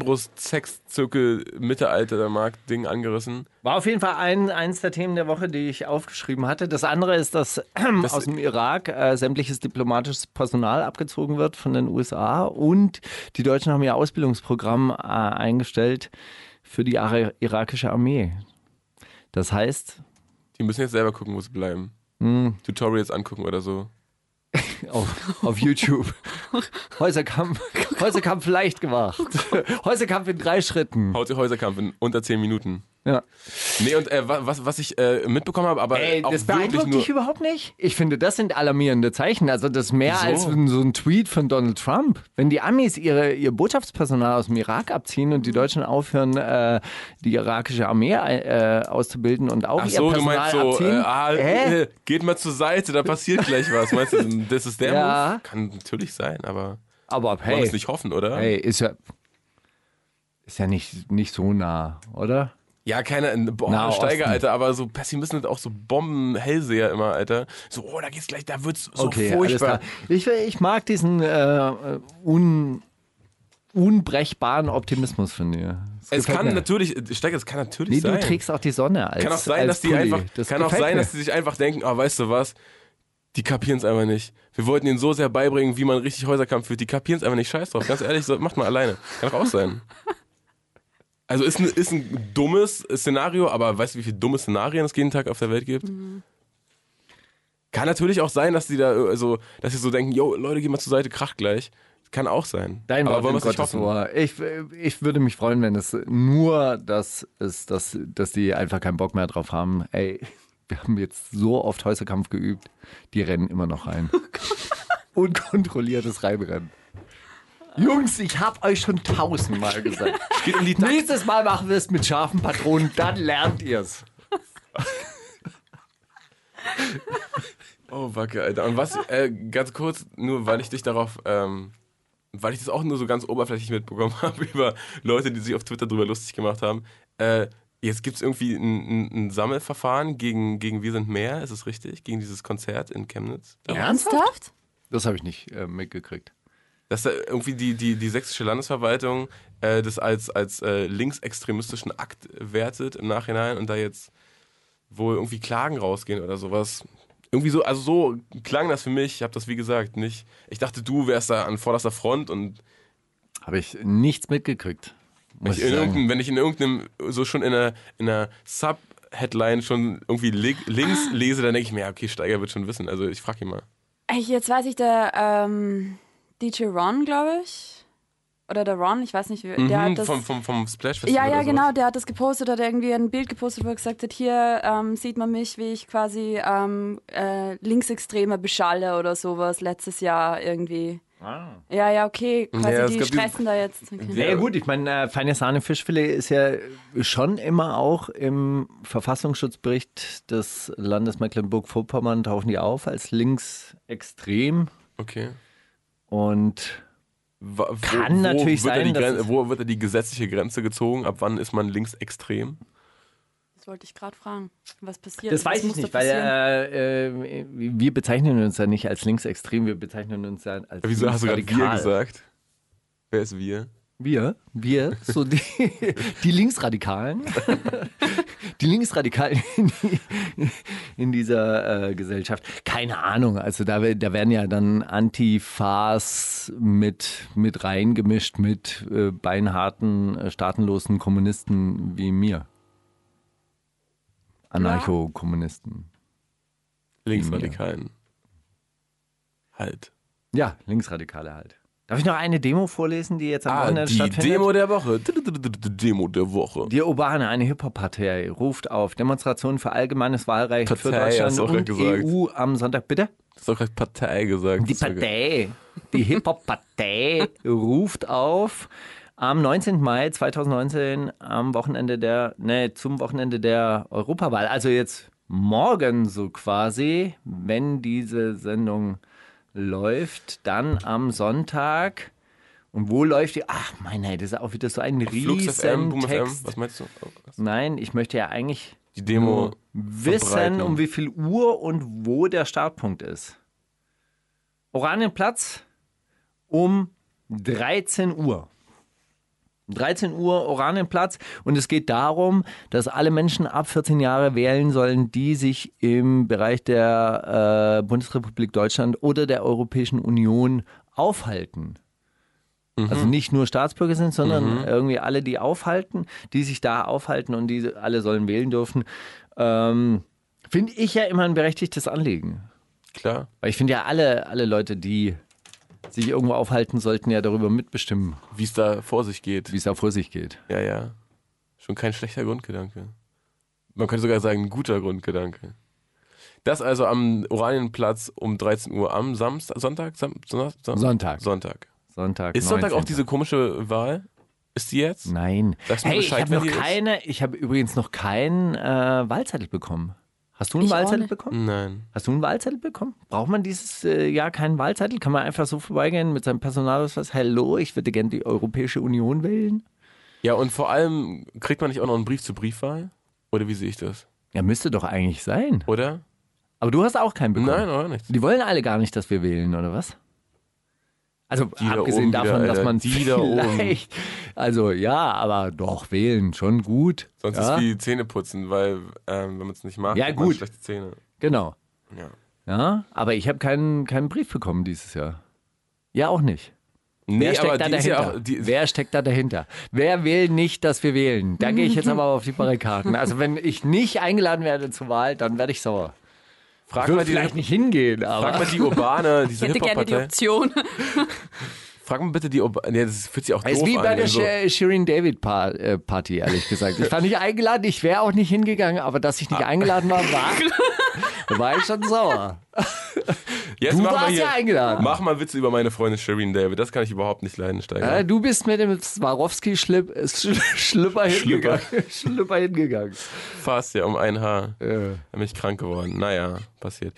Armbrust-Sex-Zirkel-Mittelalter-Markt-Ding angerissen. War auf jeden Fall eins der Themen der Woche, die ich aufgeschrieben hatte. Das andere ist, dass aus dem Irak sämtliches diplomatisches Personal abgezogen wird von den USA und die Deutschen haben ihr Ausbildungsprogramm eingestellt für die irakische Armee. Das heißt... Die müssen jetzt selber gucken, wo sie bleiben. Tutorials angucken oder so. Auf YouTube. Häuserkampf leicht gemacht. Häuserkampf in 3 Schritten. Häuserkampf in unter 10 Minuten. Ja. Nee, und was ich mitbekommen habe, aber auch das wirklich beeindruckt dich überhaupt nicht? Ich finde, das sind alarmierende Zeichen. Also das ist mehr als so ein Tweet von Donald Trump. Wenn die Amis ihr Botschaftspersonal aus dem Irak abziehen und die Deutschen aufhören, die irakische Armee auszubilden und auch ihr Personal abziehen. Geht mal zur Seite, da passiert gleich was. Meinst du, das ist der Move? Kann natürlich sein, aber hey, wollen wir es nicht hoffen, oder? Hey, ist ja nicht so nah, oder? Ja, Steiger, Alter, aber so Pessimisten sind auch so Bombenhellseher immer, Alter. So, da geht's gleich, da wird's so furchtbar. Ich mag diesen unbrechbaren Optimismus von dir. Es kann natürlich sein. Du trägst auch die Sonne als Kann auch sein, dass die sich einfach denken, weißt du was, die kapieren es einfach nicht. Wir wollten ihnen so sehr beibringen, wie man richtig Häuserkampf führt. Die kapieren es einfach nicht, scheiß drauf. Ganz ehrlich, macht mal alleine. Kann doch auch sein. Also ist ein dummes Szenario, aber weißt du, wie viele dumme Szenarien es jeden Tag auf der Welt gibt? Mhm. Kann natürlich auch sein, dass die da dass sie so denken, yo, Leute, geh mal zur Seite, kracht gleich. Kann auch sein. Dein Wort, aber wollen wir es nicht hoffen? Ich würde mich freuen, wenn es nur das ist, dass die einfach keinen Bock mehr drauf haben. Ey, wir haben jetzt so oft Häuserkampf geübt, die rennen immer noch rein. Unkontrolliertes Reinrennen. Jungs, ich hab euch schon 1000-mal gesagt. Nächstes Mal machen wir es mit scharfen Patronen, dann lernt ihr's. Oh, Wacke, Alter. Und was, ganz kurz, nur weil ich dich darauf, weil ich das auch nur so ganz oberflächlich mitbekommen habe über Leute, die sich auf Twitter drüber lustig gemacht haben. Jetzt gibt's irgendwie ein Sammelverfahren gegen Wir sind mehr, ist es richtig? Gegen dieses Konzert in Chemnitz. Ernsthaft? Das habe ich nicht mitgekriegt. Dass da irgendwie die sächsische Landesverwaltung das als linksextremistischen Akt wertet im Nachhinein und da jetzt wohl irgendwie Klagen rausgehen oder sowas. Irgendwie so, also so klang das für mich. Ich habe das, wie gesagt, nicht. Ich dachte, du wärst da an vorderster Front und. Habe ich nichts mitgekriegt. Wenn ich in irgendeinem, so schon in einer Sub-Headline schon irgendwie links lese, dann denke ich mir, okay, Steiger wird schon wissen. Also ich frage ihn mal. Jetzt weiß ich, der DJ Ron, glaube ich. Oder der Ron, ich weiß nicht, der hat das... Vom Splash Festival. Ja, genau, der hat das gepostet, hat irgendwie ein Bild gepostet, wo er gesagt hat, hier sieht man mich, wie ich quasi Linksextreme beschalle oder sowas letztes Jahr irgendwie. Ah. Ja, okay, quasi die stressen da jetzt. Okay. Ja gut, ich meine, feine Sahne Fischfilet ist ja schon immer auch im Verfassungsschutzbericht des Landes Mecklenburg-Vorpommern tauchen die auf als linksextrem. Okay. Und kann natürlich sein, wo wird da die gesetzliche Grenze gezogen? Ab wann ist man linksextrem? Das wollte ich gerade fragen. Was passiert? Das weiß ich nicht, weil wir bezeichnen uns ja nicht als linksextrem, wir bezeichnen uns ja als Wieso hast du gerade wir gesagt? Wer ist wir? Wir, so die Linksradikalen. Die Linksradikalen in dieser Gesellschaft. Keine Ahnung, also da werden ja dann Antifas mit reingemischt mit beinharten, staatenlosen Kommunisten wie mir. Anarcho-Kommunisten. Linksradikalen. Halt. Ja, Linksradikale halt. Darf ich noch eine Demo vorlesen, die jetzt am Wochenende stattfindet? Die Demo der Woche. Demo der Woche. Die Urbane, eine Hip-Hop-Partei, ruft auf Demonstrationen für allgemeines Wahlrecht für Deutschland und EU am Sonntag. Bitte? Du hast doch gerade Partei gesagt. Die Partei, die Hip-Hop-Partei ruft auf am 19. Mai 2019 zum Wochenende der Europawahl. Also jetzt morgen so quasi, wenn diese Sendung läuft, dann am Sonntag. Und wo läuft die? Ach, das ist auch wieder so ein riesen Text. Was meinst du? Nein, ich möchte ja eigentlich die Demo wissen, um wie viel Uhr und wo der Startpunkt ist. Oranienplatz, um 13 Uhr. 13 Uhr Oranienplatz und es geht darum, dass alle Menschen ab 14 Jahre wählen sollen, die sich im Bereich der Bundesrepublik Deutschland oder der Europäischen Union aufhalten. Also nicht nur Staatsbürger sind, sondern irgendwie alle, die sich da aufhalten und die alle sollen wählen dürfen. Finde ich ja immer ein berechtigtes Anliegen. Klar. Weil ich finde ja alle Leute, die sich irgendwo aufhalten, sollten ja darüber mitbestimmen. Wie es da vor sich geht. Wie es da vor sich geht. Ja, ja. Schon kein schlechter Grundgedanke. Man könnte sogar sagen, ein guter Grundgedanke. Das also am Oranienplatz um 13 Uhr am Sonntag. Sonntag. Ist Sonntag auch diese komische Wahl? Ist die jetzt? Nein. Sagst du mir Hey, Bescheid, ich habe übrigens noch keinen Wahlzettel bekommen. Hast du einen Wahlzettel bekommen? Nein. Hast du einen Wahlzettel bekommen? Braucht man dieses Jahr keinen Wahlzettel? Kann man einfach so vorbeigehen mit seinem Personalausweis? Hallo, ich würde gerne die Europäische Union wählen? Ja, und vor allem, kriegt man nicht auch noch einen Brief zur Briefwahl? Oder wie sehe ich das? Ja, müsste doch eigentlich sein. Oder? Aber du hast auch keinen bekommen. Nein, oder nicht. Die wollen alle gar nicht, dass wir wählen, oder was? Also Die da abgesehen oben davon, wieder, dass Alter. man Die da oben. vielleicht, also ja, aber doch wählen, schon gut. Sonst ja? ist wie Zähne putzen, weil wenn man es nicht macht, Ja, hat man gut. schlechte Zähne. Genau. Ja. Ja, aber ich habe keinen Brief bekommen dieses Jahr. Ja, auch nicht. Nee, Wer steckt aber da die ist dahinter? ja auch, die, Wer steckt da dahinter? Wer will nicht, dass wir wählen? Da gehe ich jetzt aber auf die Barrikaden. Also wenn ich nicht eingeladen werde zur Wahl, dann werde ich sauer. frag Würde mal die, vielleicht nicht hingehen, aber... frag mal die Urbane, diese Ich hätte gerne die Hip-Hop-Partei. Option. Frag mal bitte die Urbane, nee, das fühlt sich auch Es doof ist wie an. bei der so. Shirin David Party, ehrlich gesagt. Ich war nicht eingeladen, ich wäre auch nicht hingegangen, aber dass ich nicht eingeladen war, war ich schon sauer. Jetzt Du mach mal warst hier, ja eingeladen. Mach mal Witze über meine Freundin Shirin David, das kann ich überhaupt nicht leiden, Steiger. Du bist mit dem Swarovski-Schlüpper hingegangen. Fast, ja, um ein Haar. Ja. Dann bin ich krank geworden. Naja, passiert.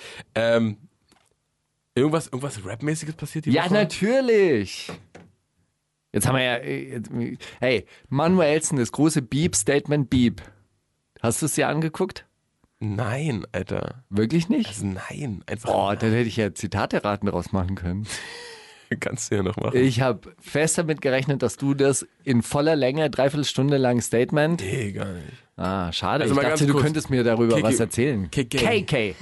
Irgendwas Rap-mäßiges passiert die Ja, Woche? natürlich. Jetzt haben wir ja... Hey, Manuelsen, das große Beep-Statement Beep. Hast du es dir angeguckt? Nein, Alter. Wirklich nicht? Also nein, einfach. Oh, dann hätte ich ja Zitate-Raten draus machen können. Kannst du ja noch machen. Ich habe fest damit gerechnet, dass du das in voller Länge, 3/4 Stunde lang Statement... Nee, gar nicht. Ah, schade. Also Ich mal dachte, ganz du kurz. könntest mir darüber KK. was erzählen. KK. KK.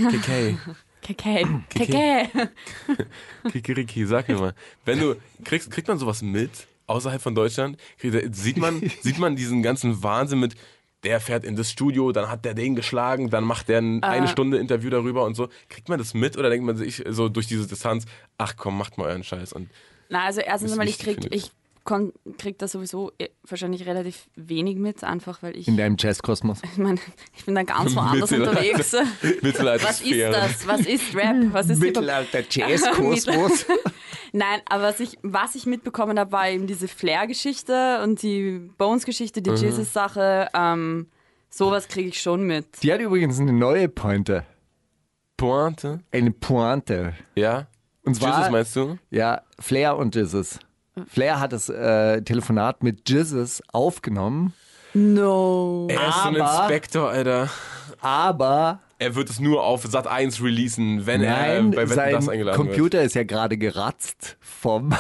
Kikiriki, sag mir mal. Kriegt man sowas mit außerhalb von Deutschland? Sieht man diesen ganzen Wahnsinn mit, der fährt in das Studio, dann hat der den geschlagen, dann macht der eine Stunde Interview darüber und so. Kriegt man das mit oder denkt man sich so durch diese Distanz, ach komm, macht mal euren Scheiß? Und Na, also erstens Ist einmal, wichtig, krieg da sowieso wahrscheinlich relativ wenig mit, einfach weil ich... In deinem Jazzkosmos. Ich meine, ich bin dann ganz woanders unterwegs. Was ist das? Was ist Rap? Was ist Hip-Hop? Mittelalter Jazzkosmos. Nein, aber was ich mitbekommen habe, war eben diese Flair-Geschichte und die Bones-Geschichte, die Jesus-Sache. Sowas kriege ich schon mit. Die hat übrigens eine neue Pointe. Pointe? Eine Pointe. Ja? Und zwar, Jesus meinst du? ja, Flair und Jesus. Flair hat das Telefonat mit Jesus aufgenommen, No. Er ist so ein Aber- Inspektor, Alter. aber Er wird es nur auf Sat.1 releasen, wenn er nein, bei Wetten, das sein eingeladen Computer ist ja gerade geratzt vom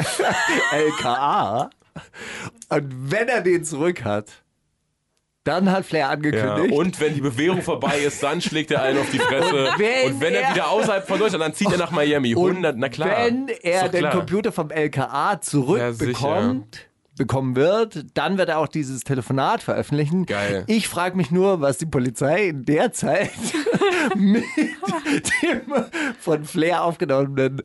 LKA. Und wenn er den zurück hat, dann hat Flair wird. Ja, angekündigt. und wenn die Bewährung vorbei ist, dann schlägt er einen auf die Fresse. Und wenn er er- wieder außerhalb von Deutschland, dann zieht er nach Miami. 100, na klar. Wenn Ist er doch den klar. Computer vom LKA Ja, bekommen wird, dann wird er auch dieses Telefonat veröffentlichen. Geil. Ich frage mich nur, was die Polizei in der Zeit mit dem von Flair aufgenommenen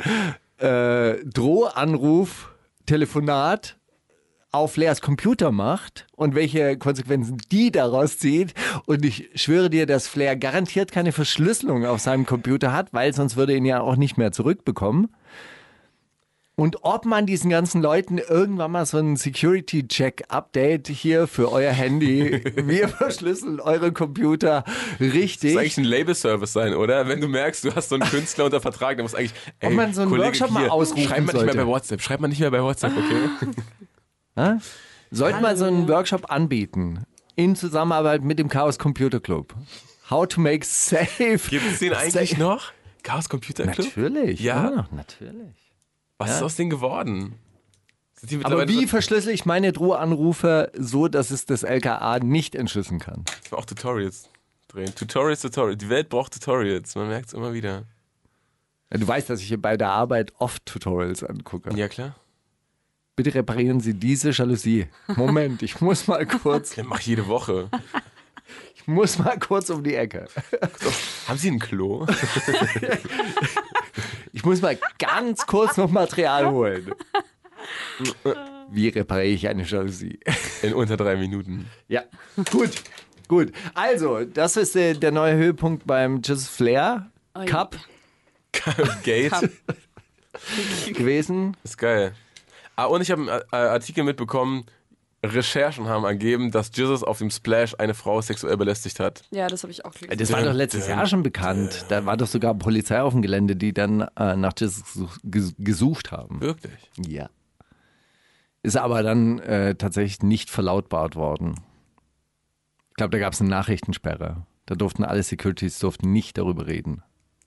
Drohanruf, Telefonat auf Flairs Computer macht und welche Konsequenzen die daraus zieht. Und ich schwöre dir, dass Flair garantiert keine Verschlüsselung auf seinem Computer hat, weil sonst würde er ihn ja auch nicht mehr zurückbekommen. Und ob man diesen ganzen Leuten irgendwann mal so ein Security-Check-Update hier für euer Handy, wir verschlüsseln eure Computer richtig. Das muss eigentlich ein Label-Service sein, oder? Wenn du merkst, du hast so einen Künstler unter Vertrag, dann muss eigentlich, ey, Ob man so einen Kollege, Workshop mal hier, ausrufen schreib mal nicht mehr sollte. bei WhatsApp, schreib mal nicht mehr bei WhatsApp, okay? Sollten wir so einen Workshop anbieten, in Zusammenarbeit mit dem Chaos Computer Club. How to make safe. Gibt es den eigentlich noch? Chaos Computer Club? Natürlich. Ja? immer noch, natürlich. Was ist aus denen geworden? Sind die Aber mittlerweile wie so- verschlüssel ich meine Drohanrufe so, dass es das LKA nicht entschlüsseln kann? Ich will auch Tutorials drehen. Tutorials. Die Welt braucht Tutorials. Man merkt es immer wieder. Ja, du weißt, dass ich hier bei der Arbeit oft Tutorials angucke. Ja, klar. Bitte reparieren Sie diese Jalousie. Moment, ich muss mal kurz, Ich mach jede Woche. um die Ecke. Haben Sie ein Klo? Ich muss mal ganz kurz noch Material holen. Wie repariere ich eine Jalousie? In unter 3 Minuten. Ja, gut. Also, das ist der neue Höhepunkt beim Jesus Flair Cup Gate. gewesen. Ist geil. Und ich habe einen Artikel mitbekommen, Recherchen haben ergeben, dass Jesus auf dem Splash eine Frau sexuell belästigt hat. Ja, das habe ich auch gelesen. Das war doch letztes Jahr schon bekannt. Da war doch sogar Polizei auf dem Gelände, die dann nach Jesus gesucht haben. Wirklich? Ja. Ist aber dann tatsächlich nicht verlautbart worden. Ich glaube, da gab es eine Nachrichtensperre. Da durften alle Securities nicht darüber reden.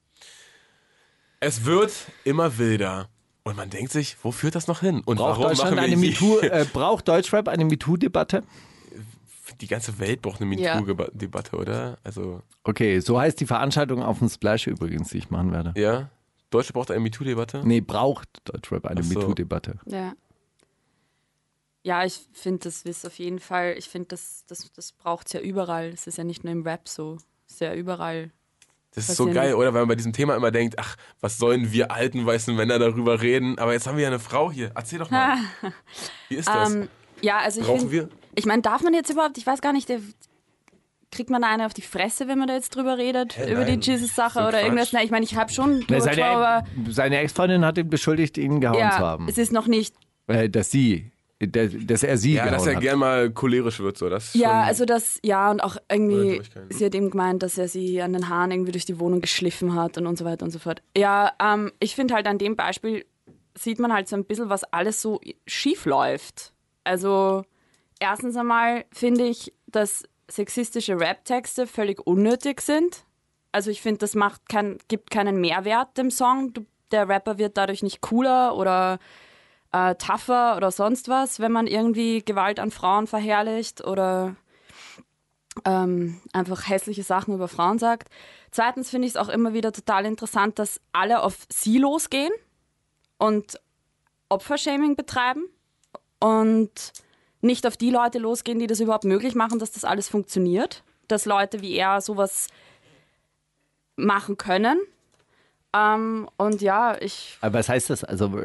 Es wird immer wilder. Und man denkt sich, wo führt das noch hin? Und Braucht warum Deutschland machen wir eine MeToo? Braucht Deutschrap eine MeToo-Debatte? Die ganze Welt braucht eine Ja. MeToo-Debatte, oder? Also, Okay, so heißt die Veranstaltung auf dem Splash übrigens, die ich machen werde. ja. Deutschland braucht eine MeToo-Debatte? Nee, braucht Deutschrap eine Ach so. MeToo-Debatte. Ja. Ja, ich finde, das ist auf jeden Fall, ich finde, das braucht es ja überall. Es ist ja nicht nur im Rap so. Es ist ja überall. Das ist so passieren. geil, oder? Weil man bei diesem Thema immer denkt, ach, was sollen wir alten weißen Männer darüber reden? Aber jetzt haben wir ja eine Frau hier. Erzähl doch mal. Wie ist das? Ja, also ich Brauchen find, wir? Ich meine, darf man jetzt überhaupt, ich weiß gar nicht, kriegt man da eine auf die Fresse, wenn man da jetzt drüber redet, über nein. die Jesus-Sache So oder Quatsch. irgendwas? Na, ich meine, ich habe schon Na, drüber, aber seine Ex-Freundin hat ihn beschuldigt, ihn gehauen zu ja, haben. es ist noch nicht. Dass er sie Ja, gehauen dass er hat. gern mal cholerisch wird, so. Das ist Ja, schon, also das, ja, und auch irgendwie, Unglaublichkeit. sie hat eben gemeint, dass er sie an den Haaren irgendwie durch die Wohnung geschliffen hat und so weiter und so fort. Ja, ich finde halt an dem Beispiel sieht man halt so ein bisschen, was alles so schief läuft. Also erstens einmal finde ich, dass sexistische Rap-Texte völlig unnötig sind. Also ich finde, das gibt keinen Mehrwert dem Song. Der Rapper wird dadurch nicht cooler oder tougher oder sonst was, wenn man irgendwie Gewalt an Frauen verherrlicht oder einfach hässliche Sachen über Frauen sagt. Zweitens finde ich es auch immer wieder total interessant, dass alle auf sie losgehen und Opfershaming betreiben und nicht auf die Leute losgehen, die das überhaupt möglich machen, dass das alles funktioniert. Dass Leute wie er sowas machen können. Und ja, Aber was heißt das? Also,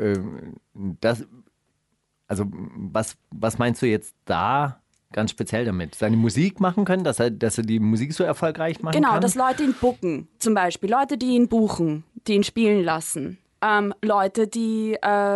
was meinst du jetzt da ganz speziell damit? Seine Musik machen können, dass er die Musik so erfolgreich machen genau, kann? dass Leute ihn booken, zum Beispiel. Leute, die ihn buchen, die ihn spielen lassen. Leute, die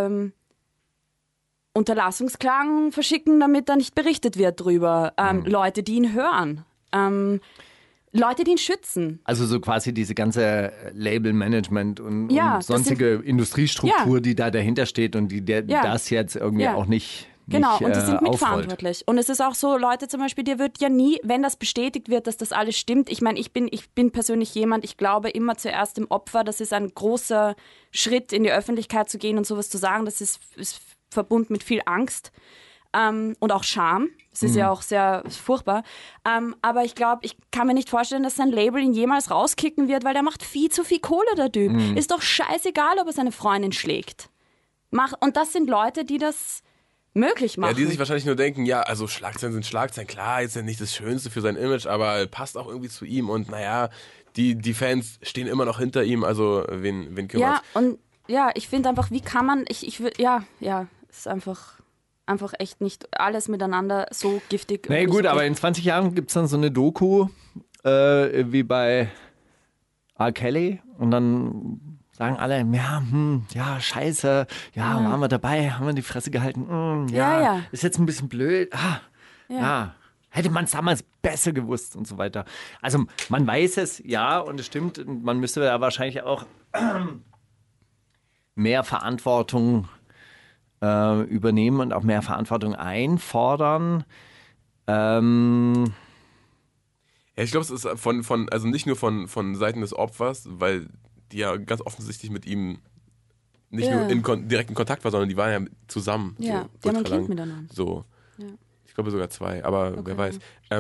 Unterlassungsklagen verschicken, damit da nicht berichtet wird drüber. Leute, die ihn hören. Leute, die ihn schützen. Also so quasi diese ganze Label-Management und Ja, das sonstige Industriestruktur, Ja. die da dahinter steht und die Ja. das jetzt irgendwie Ja. auch nicht Genau, nicht, und die sind aufrollt. mitverantwortlich. Und es ist auch so, Leute zum Beispiel, dir wird ja nie, wenn das bestätigt wird, dass das alles stimmt. Ich meine, ich bin persönlich jemand, ich glaube immer zuerst dem Opfer. Das ist ein großer Schritt, in die Öffentlichkeit zu gehen und sowas zu sagen. Das ist verbunden mit viel Angst und auch Scham. Es ist ja auch sehr furchtbar. Aber ich glaube, ich kann mir nicht vorstellen, dass sein Label ihn jemals rauskicken wird, weil der macht viel zu viel Kohle, der Typ. Ist doch scheißegal, ob er seine Freundin schlägt. Und das sind Leute, die das möglich machen. Ja, die sich wahrscheinlich nur denken, ja, also Schlagzeilen sind Schlagzeilen, klar, jetzt ja nicht das Schönste für sein Image, aber passt auch irgendwie zu ihm und naja, die Fans stehen immer noch hinter ihm, also wen kümmert's? Ja, und ja, ich finde einfach, wie kann man, es ist einfach echt nicht alles miteinander so giftig. Nee, und gut, so aber in 20 Jahren gibt es dann so eine Doku wie bei R. Kelly und dann sagen alle, ja, scheiße, ja, waren wir dabei, haben wir die Fresse gehalten, Ja. ist jetzt ein bisschen blöd, ja. Hätte man es damals besser gewusst und so weiter. Also man weiß es, ja, und es stimmt, und man müsste da wahrscheinlich auch mehr Verantwortung übernehmen und auch mehr Verantwortung einfordern. Ja, ich glaube, es ist also nicht nur von Seiten des Opfers, weil die ja ganz offensichtlich mit ihm nicht nur in direkten Kontakt war, sondern die waren ja zusammen. Ja, so, die haben ein ultra Kind lang. miteinander. So. Ja. Ich glaube sogar 2, aber Okay. wer weiß.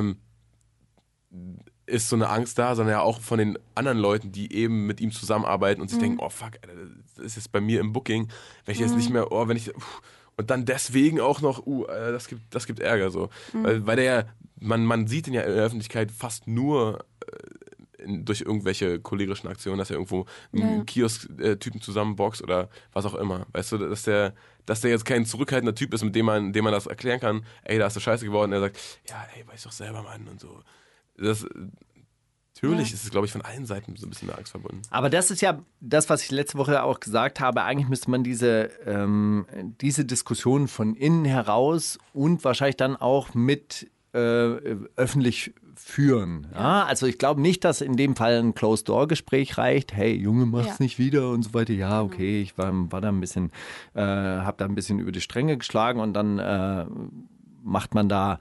Ist so eine Angst da, sondern ja auch von den anderen Leuten, die eben mit ihm zusammenarbeiten und sich denken, oh fuck, Alter, das ist jetzt bei mir im Booking, wenn ich jetzt nicht mehr, und dann deswegen auch noch, das gibt Ärger so. Weil der ja, man sieht ihn ja in der Öffentlichkeit fast nur durch irgendwelche cholerischen Aktionen, dass er irgendwo einen Kiosk-Typen zusammenboxt oder was auch immer. Weißt du, dass der jetzt kein zurückhaltender Typ ist, mit dem man das erklären kann, ey, da ist du scheiße geworden. Und er sagt, ja, ey, weiß doch selber, Mann, und so. Natürlich ist es, glaube ich, von allen Seiten so ein bisschen eine Angst verbunden. Aber das ist ja das, was ich letzte Woche auch gesagt habe. Eigentlich müsste man diese Diskussion von innen heraus und wahrscheinlich dann auch mit öffentlich führen. Ja? Also ich glaube nicht, dass in dem Fall ein Closed-Door-Gespräch reicht. Hey, Junge, mach's nicht wieder und so weiter. Ja, okay, ich war da ein bisschen, habe da ein bisschen über die Stränge geschlagen und dann macht man da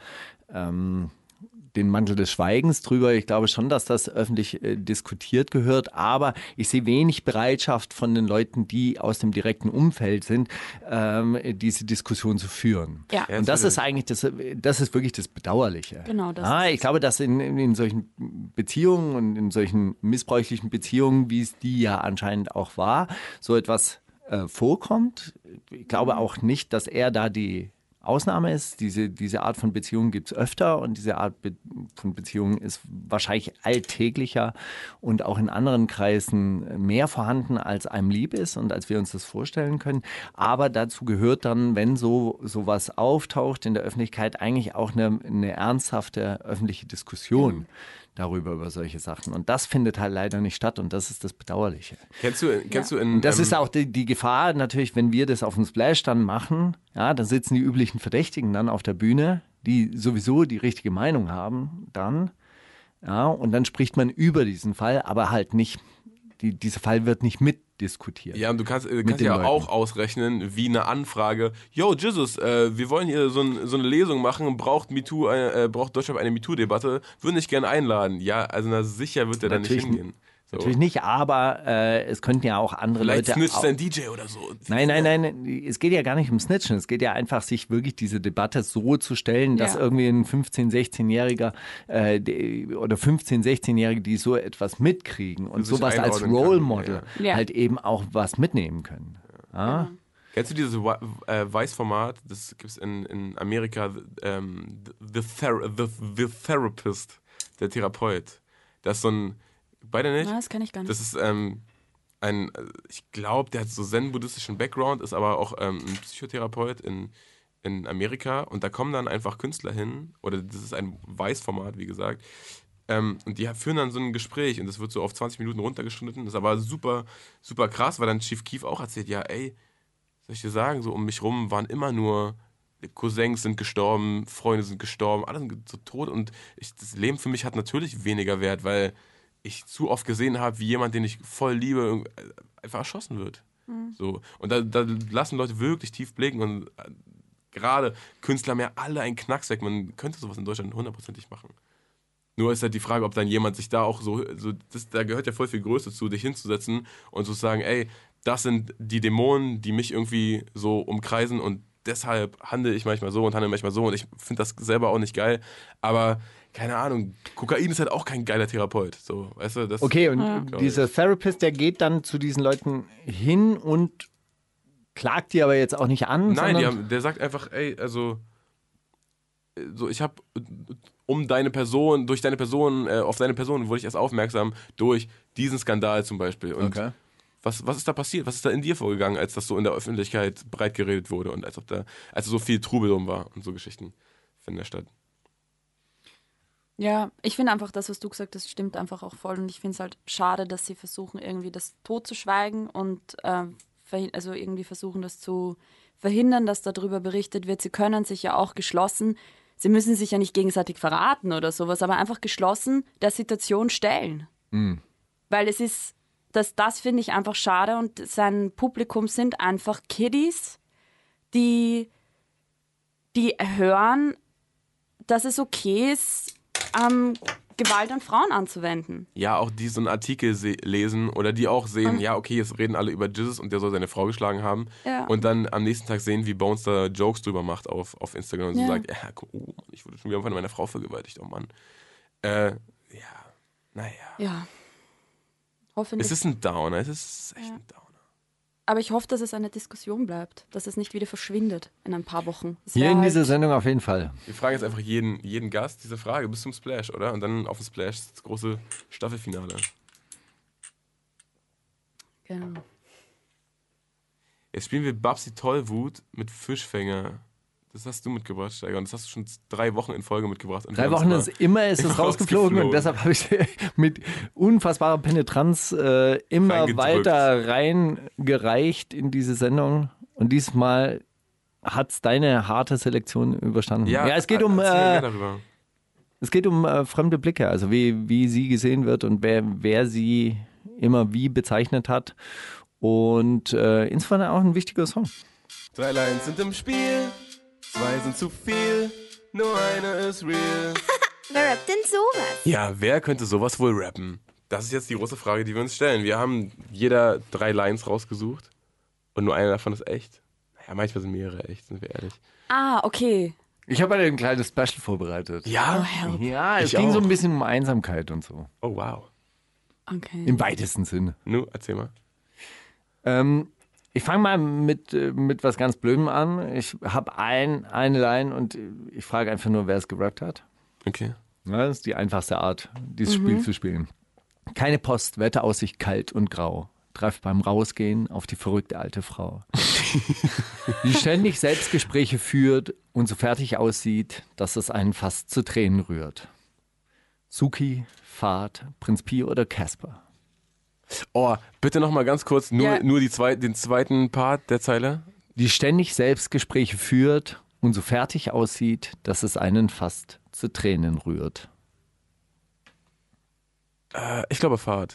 den Mantel des Schweigens drüber. Ich glaube schon, dass das öffentlich diskutiert gehört, aber ich sehe wenig Bereitschaft von den Leuten, die aus dem direkten Umfeld sind, diese Diskussion zu führen. Ja. Und das ist eigentlich das ist wirklich das Bedauerliche. Genau, das Ich glaube, dass in solchen Beziehungen und in solchen missbräuchlichen Beziehungen, wie es die ja anscheinend auch war, so etwas vorkommt. Ich glaube auch nicht, dass er da die Ausnahme ist. Diese Art von Beziehung gibt es öfter und diese Art von Beziehung ist wahrscheinlich alltäglicher und auch in anderen Kreisen mehr vorhanden, als einem lieb ist und als wir uns das vorstellen können. Aber dazu gehört dann, wenn sowas auftaucht in der Öffentlichkeit, eigentlich auch eine ernsthafte öffentliche Diskussion darüber, über solche Sachen. Und das findet halt leider nicht statt und das ist das Bedauerliche. Kennst du in... Und das ist auch die Gefahr natürlich, wenn wir das auf dem Splash dann machen, ja, dann sitzen die üblichen Verdächtigen dann auf der Bühne, die sowieso die richtige Meinung haben dann, ja, und dann spricht man über diesen Fall, aber halt nicht, dieser Fall wird nicht mitdiskutiert. Ja, und du kannst ja Leuten. auch ausrechnen, wie eine Anfrage, yo, Jesus, wir wollen hier so eine Lesung machen, braucht Deutschland eine MeToo-Debatte, würde ich gerne einladen. Ja, also sicher wird der da nicht hingehen. So. Natürlich nicht, aber es könnten ja auch andere Vielleicht Leute... snitcht ein DJ oder so. Nein, es geht ja gar nicht um Snitchen. Es geht ja einfach, sich wirklich diese Debatte so zu stellen, dass irgendwie ein 15-, 16-Jähriger oder 15-, 16-Jährige, die so etwas mitkriegen und sowas als Role Model halt eben auch was mitnehmen können. Ja? Kennst du dieses Vice-Format? Das gibt es in Amerika, The Therapist, der Therapeut. Das ist so ein... Beide nicht? Ja, das kann ich gar nicht. Das ist ich glaube, der hat so zen-buddhistischen Background, ist aber auch ein Psychotherapeut in Amerika und da kommen dann einfach Künstler hin, oder das ist ein Weiß-Format, wie gesagt, und die führen dann so ein Gespräch und das wird so auf 20 Minuten runtergeschnitten, das ist aber super, super krass, weil dann Chief Keef auch erzählt, ja ey, soll ich dir sagen, so um mich rum waren immer nur Cousins sind gestorben, Freunde sind gestorben, alle sind so tot und das Leben für mich hat natürlich weniger Wert, weil ich zu oft gesehen habe, wie jemand, den ich voll liebe, einfach erschossen wird. So. Und da lassen Leute wirklich tief blicken und gerade Künstler haben ja alle einen Knacks weg. Man könnte sowas in Deutschland 100%ig machen. Nur ist halt die Frage, ob dann jemand sich da auch da gehört ja voll viel Größe zu, dich hinzusetzen und zu sagen, ey, das sind die Dämonen, die mich irgendwie so umkreisen und deshalb handle ich manchmal so und handle manchmal so und ich finde das selber auch nicht geil, aber keine Ahnung, Kokain ist halt auch kein geiler Therapeut. So, weißt du, das Okay, und dieser Therapist, der geht dann zu diesen Leuten hin und klagt die aber jetzt auch nicht an? Nein, der sagt einfach, ey, also so, ich habe durch deine Person, auf deine Person wurde ich erst aufmerksam durch diesen Skandal zum Beispiel. Und was ist da passiert? Was ist da in dir vorgegangen, als das so in der Öffentlichkeit breit geredet wurde und als so viel Trubel drum war und so Geschichten finden da statt? Ja, ich finde einfach, das, was du gesagt hast, stimmt einfach auch voll. Und ich finde es halt schade, dass sie versuchen, irgendwie das totzuschweigen und also irgendwie versuchen, das zu verhindern, dass darüber berichtet wird. Sie können sich ja auch geschlossen, sie müssen sich ja nicht gegenseitig verraten oder sowas, aber einfach geschlossen der Situation stellen. Weil es ist, das finde ich einfach schade und sein Publikum sind einfach Kiddies, die hören, dass es okay ist, Gewalt an Frauen anzuwenden. Ja, auch die so einen Artikel lesen oder die auch sehen, ja, okay, jetzt reden alle über Jesus und der soll seine Frau geschlagen haben. Ja. Und dann am nächsten Tag sehen, wie Bones da Jokes drüber macht auf Instagram und so sagt, ja, oh Mann, ich wurde schon wieder von meiner Frau vergewaltigt, oh Mann. Ja. Hoffentlich. Es ist ein Downer, es ist echt ein Downer. Aber ich hoffe, dass es eine Diskussion bleibt, dass es nicht wieder verschwindet in ein paar Wochen. Hier in dieser Sendung auf jeden Fall. Wir fragen jetzt einfach jeden Gast diese Frage bis zum Splash, oder? Und dann auf dem Splash das große Staffelfinale. Genau. Jetzt spielen wir Babsi Tollwut mit Fischfänger. Das hast du mitgebracht, Steiger. Und das hast du schon 3 Wochen in Folge mitgebracht. Und 3 Wochen ist es rausgeflogen und deshalb habe ich mit unfassbarer Penetranz immer weiter reingereicht in diese Sendung. Und diesmal hat es deine harte Selektion überstanden. Ja, es geht um fremde Blicke, also wie sie gesehen wird und wer sie immer wie bezeichnet hat. Und insofern auch ein wichtiger Song. 3 Lines sind im Spiel. 2 sind zu viel, nur eine ist real. Wer rappt denn sowas? Ja, wer könnte sowas wohl rappen? Das ist jetzt die große Frage, die wir uns stellen. Wir haben jeder 3 Lines rausgesucht und nur eine davon ist echt. Naja, manchmal sind mehrere echt, sind wir ehrlich. Ah, okay. Ich habe ein kleines Special vorbereitet. Ja? Ja, es Ich ging auch. so ein bisschen um Einsamkeit und so. Oh, wow. Okay. Im weitesten Sinne. Nu, erzähl mal. Ich fange mal mit was ganz Blödem an. Ich habe eine Line und ich frage einfach nur, wer es gerappt hat. Okay. Ja, das ist die einfachste Art, dieses Spiel zu spielen. Keine Post, Wetteraussicht kalt und grau. Treff beim Rausgehen auf die verrückte alte Frau. Die ständig Selbstgespräche führt und so fertig aussieht, dass es einen fast zu Tränen rührt. Suki, Fahrt, Prinz Pi oder Casper? Oh, bitte nochmal ganz kurz, nur Ja. den zweiten Part der Zeile. Die ständig Selbstgespräche führt und so fertig aussieht, dass es einen fast zu Tränen rührt. Ich glaube Fahrt.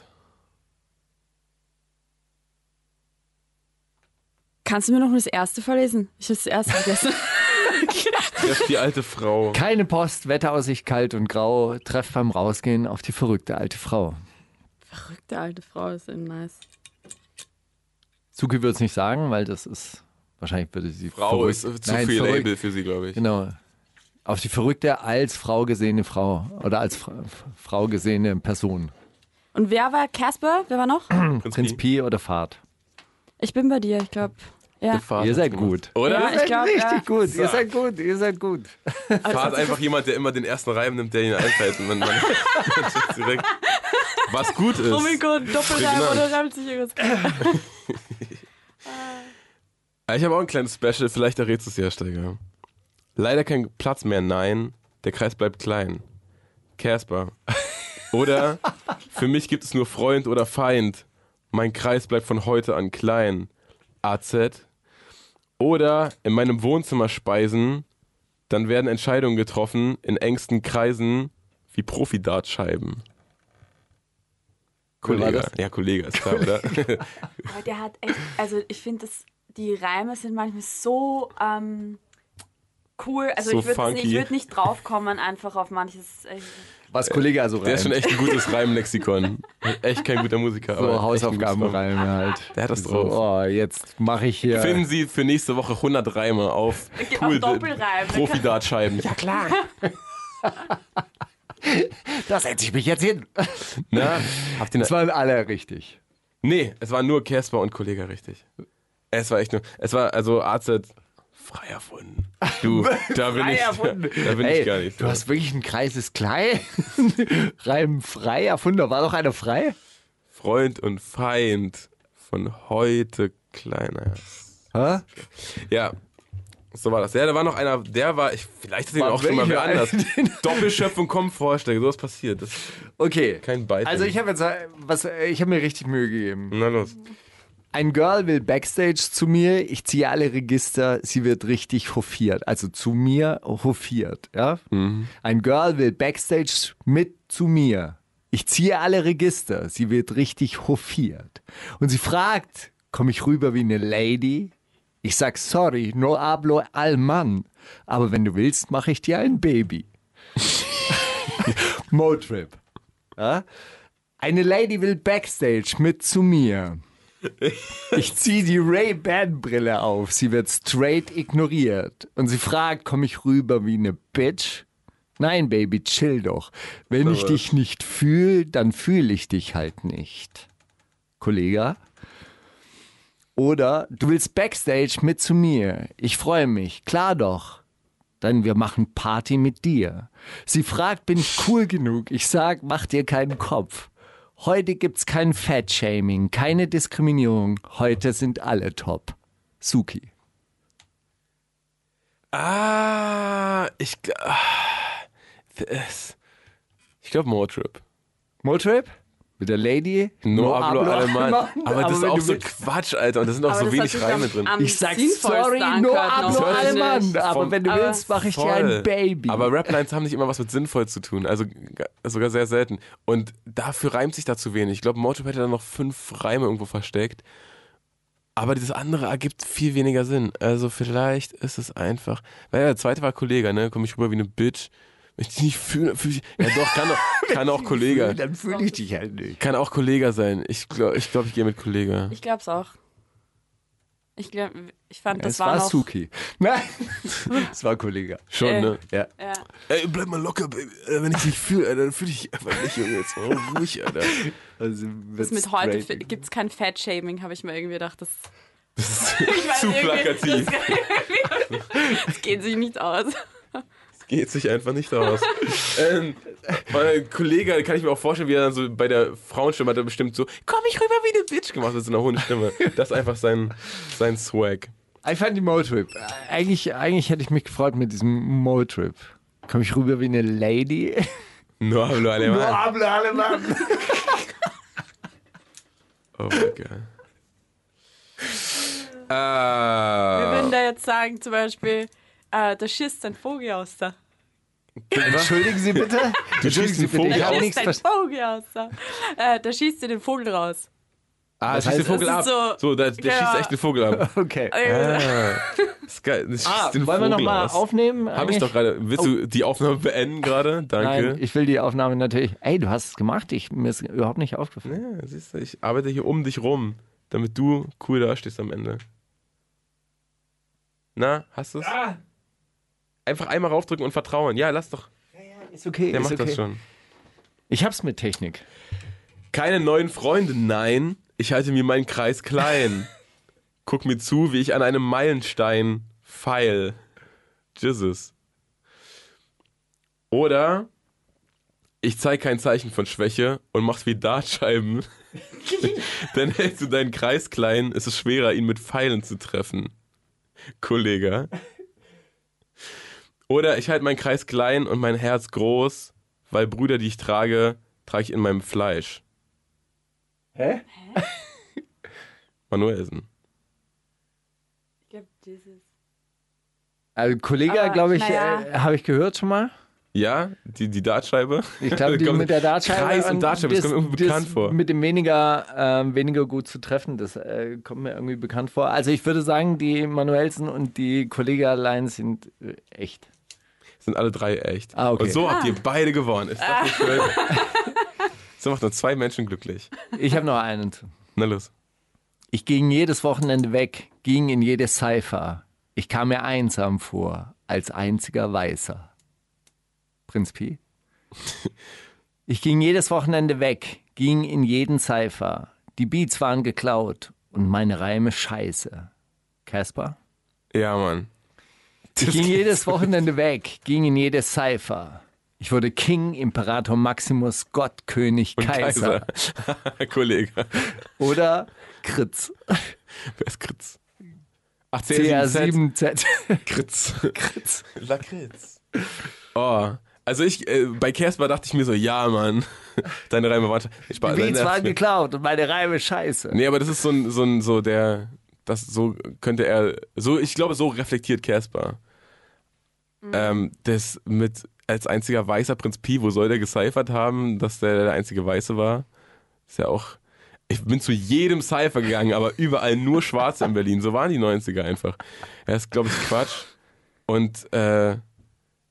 Kannst du mir noch das erste vorlesen? Ich habe das erste vergessen. Das ist die alte Frau. Keine Post, Wetteraussicht kalt und grau. Treff beim Rausgehen auf die verrückte alte Frau. Verrückte alte Frau ist eben nice. Suki wird es nicht sagen, weil das ist, wahrscheinlich würde sie Frau ist zu viel Label für sie, glaube ich. Genau. Auf die verrückte als Frau gesehene Frau oder als Frau gesehene Person. Und wer war Casper? Wer war noch? Prinz Pi oder Fahrt? Ich bin bei dir, ich glaube. Ja. Fahrt Ihr hat's seid gemacht. gut. Oder? Ja, ich glaube, Richtig gut. Ihr seid gut. Ihr seid gut. Fahrt einfach jemand, der immer den ersten Reim nimmt, der ihn einfällt. Und man checkt direkt, was gut ist. Oh mein Gott, Doppelreim oder reimt sich irgendwas? Ich habe auch ein kleines Special, vielleicht errätst du es ja, Steiger. Leider kein Platz mehr, nein, der Kreis bleibt klein. Casper. Oder für mich gibt es nur Freund oder Feind. Mein Kreis bleibt von heute an klein. AZ. Oder in meinem Wohnzimmer speisen, dann werden Entscheidungen getroffen in engsten Kreisen wie Profi-Dartscheiben. Cool war Kollege. das? Ja, Kollege ist klar, oder? Aber der hat echt, also ich finde, die Reime sind manchmal so cool. Also So ich würde funky. würd nicht draufkommen einfach auf manches. Was Kollege also Der ist schon reimt. echt ein gutes Reimlexikon. Echt kein guter Musiker. So aber echt ein gutes Hausaufgabenreime halt. Der hat das So, drauf. oh, jetzt mache ich hier. Finden Sie für nächste Woche 100 Reime auf Doppelreim. Profi-Dartscheiben. Ja, klar. Da setze ich mich jetzt hin. Na, habt ihr Das waren alle richtig. Nee, es war nur Casper und Kollege richtig. Es war echt nur. Es war also AZ frei erfunden. Du, da bin ich. Da bin Ey, ich gar nicht. du hast wirklich einen Kreis ist klein. Reim frei erfunden. Da war doch einer frei. Freund und Feind von heute kleiner. Hä? Ja. So war das. Ja, da war noch einer, der war, vielleicht ist ihn War auch schon mal wer anders. wirklich Doppelschöpfung kommt Vorschläge, sowas passiert. Das ist Okay. kein Beispiel. Also ich habe jetzt ich habe mir richtig Mühe gegeben. Na los. Ein Girl will Backstage zu mir, ich ziehe alle Register, sie wird richtig hofiert. Also zu mir hofiert, ja? Ein Girl will Backstage mit zu mir. Ich ziehe alle Register, sie wird richtig hofiert. Und sie fragt, komme ich rüber wie eine Lady? Ich sag, sorry, no hablo al man. Aber wenn du willst, mache ich dir ein Baby. Motrip. Ja? Eine Lady will Backstage mit zu mir. Ich ziehe die Ray-Ban-Brille auf. Sie wird straight ignoriert. Und sie fragt, komme ich rüber wie eine Bitch? Nein, Baby, chill doch. Wenn ich dich nicht fühle, dann fühle ich dich halt nicht. Kollege? Oder du willst Backstage mit zu mir. Ich freue mich. Klar doch. Dann wir machen Party mit dir. Sie fragt, bin ich cool genug? Ich sag, mach dir keinen Kopf. Heute gibt's kein Fat-Shaming, keine Diskriminierung. Heute sind alle top. Suki. Ich glaube Motrip. Motrip? Mit der Lady? No hablo alemán. Aber das ist wenn auch du so willst- Quatsch, Alter. Und da sind auch Aber so das wenig hat sich Reime drin. am Ich sag sinnvollsten sorry, no angehört hablo noch. alemán. Aber Vom- wenn du aber willst, mache ich dir ein Baby. Aber Raplines haben nicht immer was mit sinnvoll zu tun. Also sogar sehr selten. Und dafür reimt sich da zu wenig. Ich glaube, Motrip hätte da noch 5 Reime irgendwo versteckt. Aber dieses andere ergibt viel weniger Sinn. Also vielleicht ist es einfach. Weil der zweite war Kollege, ne? Komm ich rüber wie eine Bitch. Wenn ich dich nicht fühle, fühle ich. Ja doch, kann auch Kollege. Dann fühle ich dich halt nicht. Kann auch Kollege sein. Ich glaube, ich gehe mit Kollege. Ich glaube es auch. Ich fand, das Es war noch... Suki. Nein, es war Kollege. Schon, ne? Ja. Ja. Ey, bleib mal locker, Baby. Wenn ich dich fühle, dann fühle ich einfach nicht, Junge. Jetzt mal ruhig, Alter. Also Das mit heute gibt es kein Fat-Shaming, habe ich mir irgendwie gedacht. Das Zu irgendwie- plakativ. Das geht sich nicht aus. Geht sich einfach nicht aus. Mein Kollege, kann ich mir auch vorstellen, wie er dann so bei der Frauenstimme hat er bestimmt so, komm ich rüber wie eine Bitch gemacht mit so einer hohen Stimme. Das ist einfach sein Swag. Ich fand die Motrip. Eigentlich hätte ich mich gefreut mit diesem Motrip. Komm ich rüber wie eine Lady? No hablo alemán. hablo alemán. Oh mein Gott. Wir würden da jetzt sagen, zum Beispiel, da schießt ein Vogel aus da. Entschuldigen Sie bitte? Entschuldigen Sie bitte, ich Da habe schießt nichts ein verstanden. Vogel aus da. Da schießt du den Vogel raus. Das heißt, schießt den Vogel ab. das ist So, der Ja. schießt echt den Vogel ab. Okay. Das ist geil. Das schießt den Wollen wir Vogel nochmal aus. aufnehmen? Hab ich doch gerade. Willst du die Aufnahme beenden gerade? Danke. Nein, ich will die Aufnahme natürlich. Ey, du hast es gemacht. Mir ist überhaupt nicht aufgefallen. Ja, siehst du, ich arbeite hier um dich rum, damit du cool dastehst am Ende. Na, hast du's? Einfach einmal raufdrücken und vertrauen. Ja, lass doch. Ist okay. Der ist macht okay. das schon. Ich hab's mit Technik. Keine neuen Freunde, nein. Ich halte mir meinen Kreis klein. Guck mir zu, wie ich an einem Meilenstein feil. Jesus. Oder ich zeige kein Zeichen von Schwäche und mach's wie Dartscheiben. Dann hältst du deinen Kreis klein, ist es schwerer, ihn mit Pfeilen zu treffen. Kollege. Oder ich halte meinen Kreis klein und mein Herz groß, weil Brüder, die ich trage ich in meinem Fleisch. Hä? Manuelsen. Ich glaube, dieses. Also Kollege, Aber, glaube ich, naja. habe ich gehört schon mal. Ja, die Dartscheibe. Ich glaube, die mit der Dartscheibe. Kreis und Dartscheibe, das kommt mir irgendwie bekannt vor. Mit dem weniger gut zu treffen, das kommt mir irgendwie bekannt vor. Also ich würde sagen, die Manuelsen und die Kollege allein sind echt. Sind alle 3 echt. Ah, okay. Und so habt ihr beide gewonnen. Ist das nicht schön? So macht nur 2 Menschen glücklich. Ich habe noch einen. Na los. Ich ging jedes Wochenende weg, ging in jede Cypher. Ich kam mir einsam vor, als einziger Weißer. Prinz Pi? Ich ging jedes Wochenende weg, ging in jeden Cypher. Die Beats waren geklaut und meine Reime scheiße. Casper? Ja, Mann. Ich ging jedes Wochenende weg, ging in jede Cypher. Ich wurde King, Imperator Maximus, Gott, König, Und Kaiser. Kollege. Oder Kritz. Wer ist Kritz? Ach, CR7Z. CR7Z. Kritz. Kritz. Lakritz. Oh. Also bei Casper dachte ich mir so, ja, Mann. Deine Reime waren... Die Beats waren geklaut und meine Reime scheiße. Nee, aber das ist so könnte er, ich glaube, so reflektiert Casper. Das mit als einziger weißer Prinz Pi, wo soll der gecyphert haben, dass der einzige Weiße war? Ist ja auch, ich bin zu jedem Cypher gegangen, aber überall nur Schwarze in Berlin. So waren die 90er einfach. Ja, das ist, glaube ich, Quatsch. Und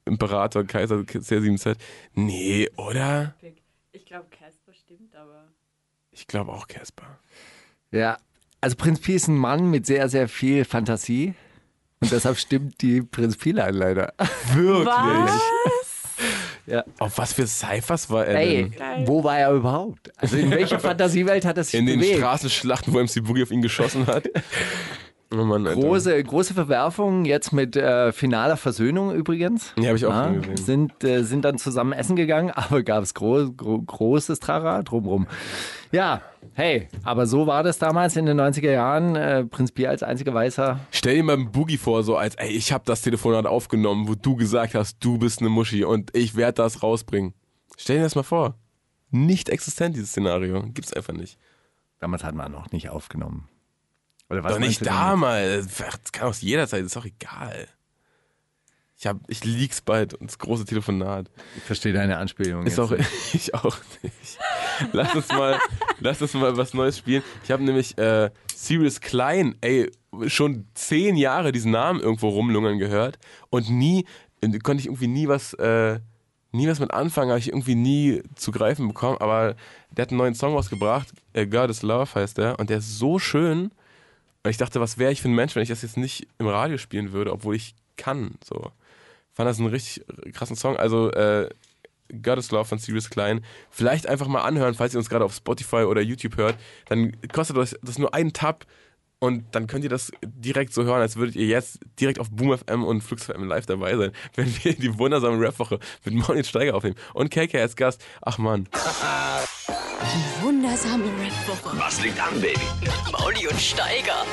Imperator, Kaiser, C7Z. Nee, oder? Ich glaube, Casper stimmt, aber... Ich glaube auch Casper. Ja, also Prinz Pi ist ein Mann mit sehr, sehr viel Fantasie. Und deshalb stimmt die Prinz Pi-Line leider. Wirklich? Ja. Auf was für Cyphers war er Ey, denn? wo war er überhaupt? Also in welcher Fantasiewelt hat er sich In den bewegt? Straßenschlachten, wo MC Boogie auf ihn geschossen hat. Oh Mann, Alter. Große Verwerfung, jetzt mit finaler Versöhnung übrigens. Ja, habe ich auch schon gesehen. Sind dann zusammen essen gegangen, aber gab es großes Trara drumrum. Ja, hey, aber so war das damals in den 90er Jahren. Prinz Pi als einziger Weißer. Stell dir mal einen Boogie vor, so als, ey, ich habe das Telefonat aufgenommen, wo du gesagt hast, du bist eine Muschi und ich werde das rausbringen. Stell dir das mal vor. Nicht existent, dieses Szenario. Gibt's einfach nicht. Damals hat man noch nicht aufgenommen. Oder was Doch nicht damals. Das kann auch jederzeit, ist doch egal. Ich leaks bald und das große Telefonat. Ich verstehe deine Anspielung. Ist auch, ich auch nicht. Lass uns mal was Neues spielen. Ich habe nämlich Sirius Klein, schon 10 Jahre diesen Namen irgendwo rumlungern gehört und konnte ich irgendwie nie was mit anfangen, habe ich irgendwie nie zu greifen bekommen, aber der hat einen neuen Song rausgebracht, God is Love heißt der, und der ist so schön. Und ich dachte, was wäre ich für ein Mensch, wenn ich das jetzt nicht im Radio spielen würde, obwohl ich kann. So. Fand das einen richtig krassen Song. Also God is Love von Sirius Klein. Vielleicht einfach mal anhören, falls ihr uns gerade auf Spotify oder YouTube hört. Dann kostet das nur einen Tab und dann könnt ihr das direkt so hören, als würdet ihr jetzt direkt auf Boom FM und Flux FM live dabei sein, wenn wir die wundersame Rap-Woche mit Mauli und Steiger aufnehmen. Und KK als Gast. Ach Mann. Die wundersame Rap-Woche. Was liegt an, Baby? Mauli und Steiger.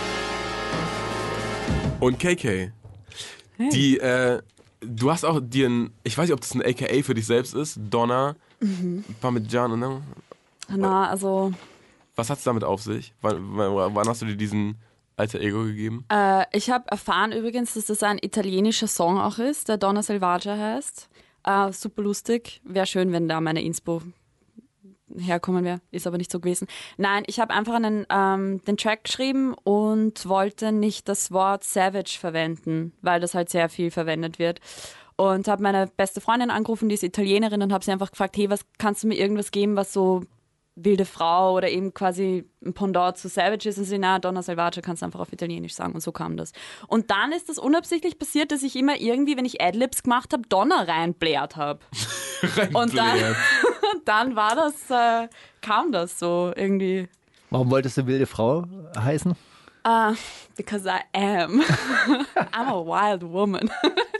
Und KK. Die, du hast auch dir ich weiß nicht, ob das ein AKA für dich selbst ist, Donna, Parmesan und dann. Na, also... Was hat es damit auf sich? Wann hast du dir diesen Alter Ego gegeben? Ich habe erfahren übrigens, dass das ein italienischer Song auch ist, der Donna Selvaggia heißt. Super lustig. Wäre schön, wenn da meine Inspo herkommen wäre. Ist aber nicht so gewesen. Nein, ich habe einfach den Track geschrieben und wollte nicht das Wort Savage verwenden, weil das halt sehr viel verwendet wird. Und habe meine beste Freundin angerufen, die ist Italienerin, und habe sie einfach gefragt, hey, was kannst du mir irgendwas geben, was so wilde Frau oder eben quasi ein Pendant zu Savage ist, und sie, na, Donna Selvaggia kannst du einfach auf Italienisch sagen, und so kam das. Und dann ist das unabsichtlich passiert, dass ich immer irgendwie, wenn ich Adlibs gemacht habe, Donna reinblärt habe. Und dann war das, kam das so irgendwie. Warum wolltest du wilde Frau heißen? Because I am. I'm a wild woman.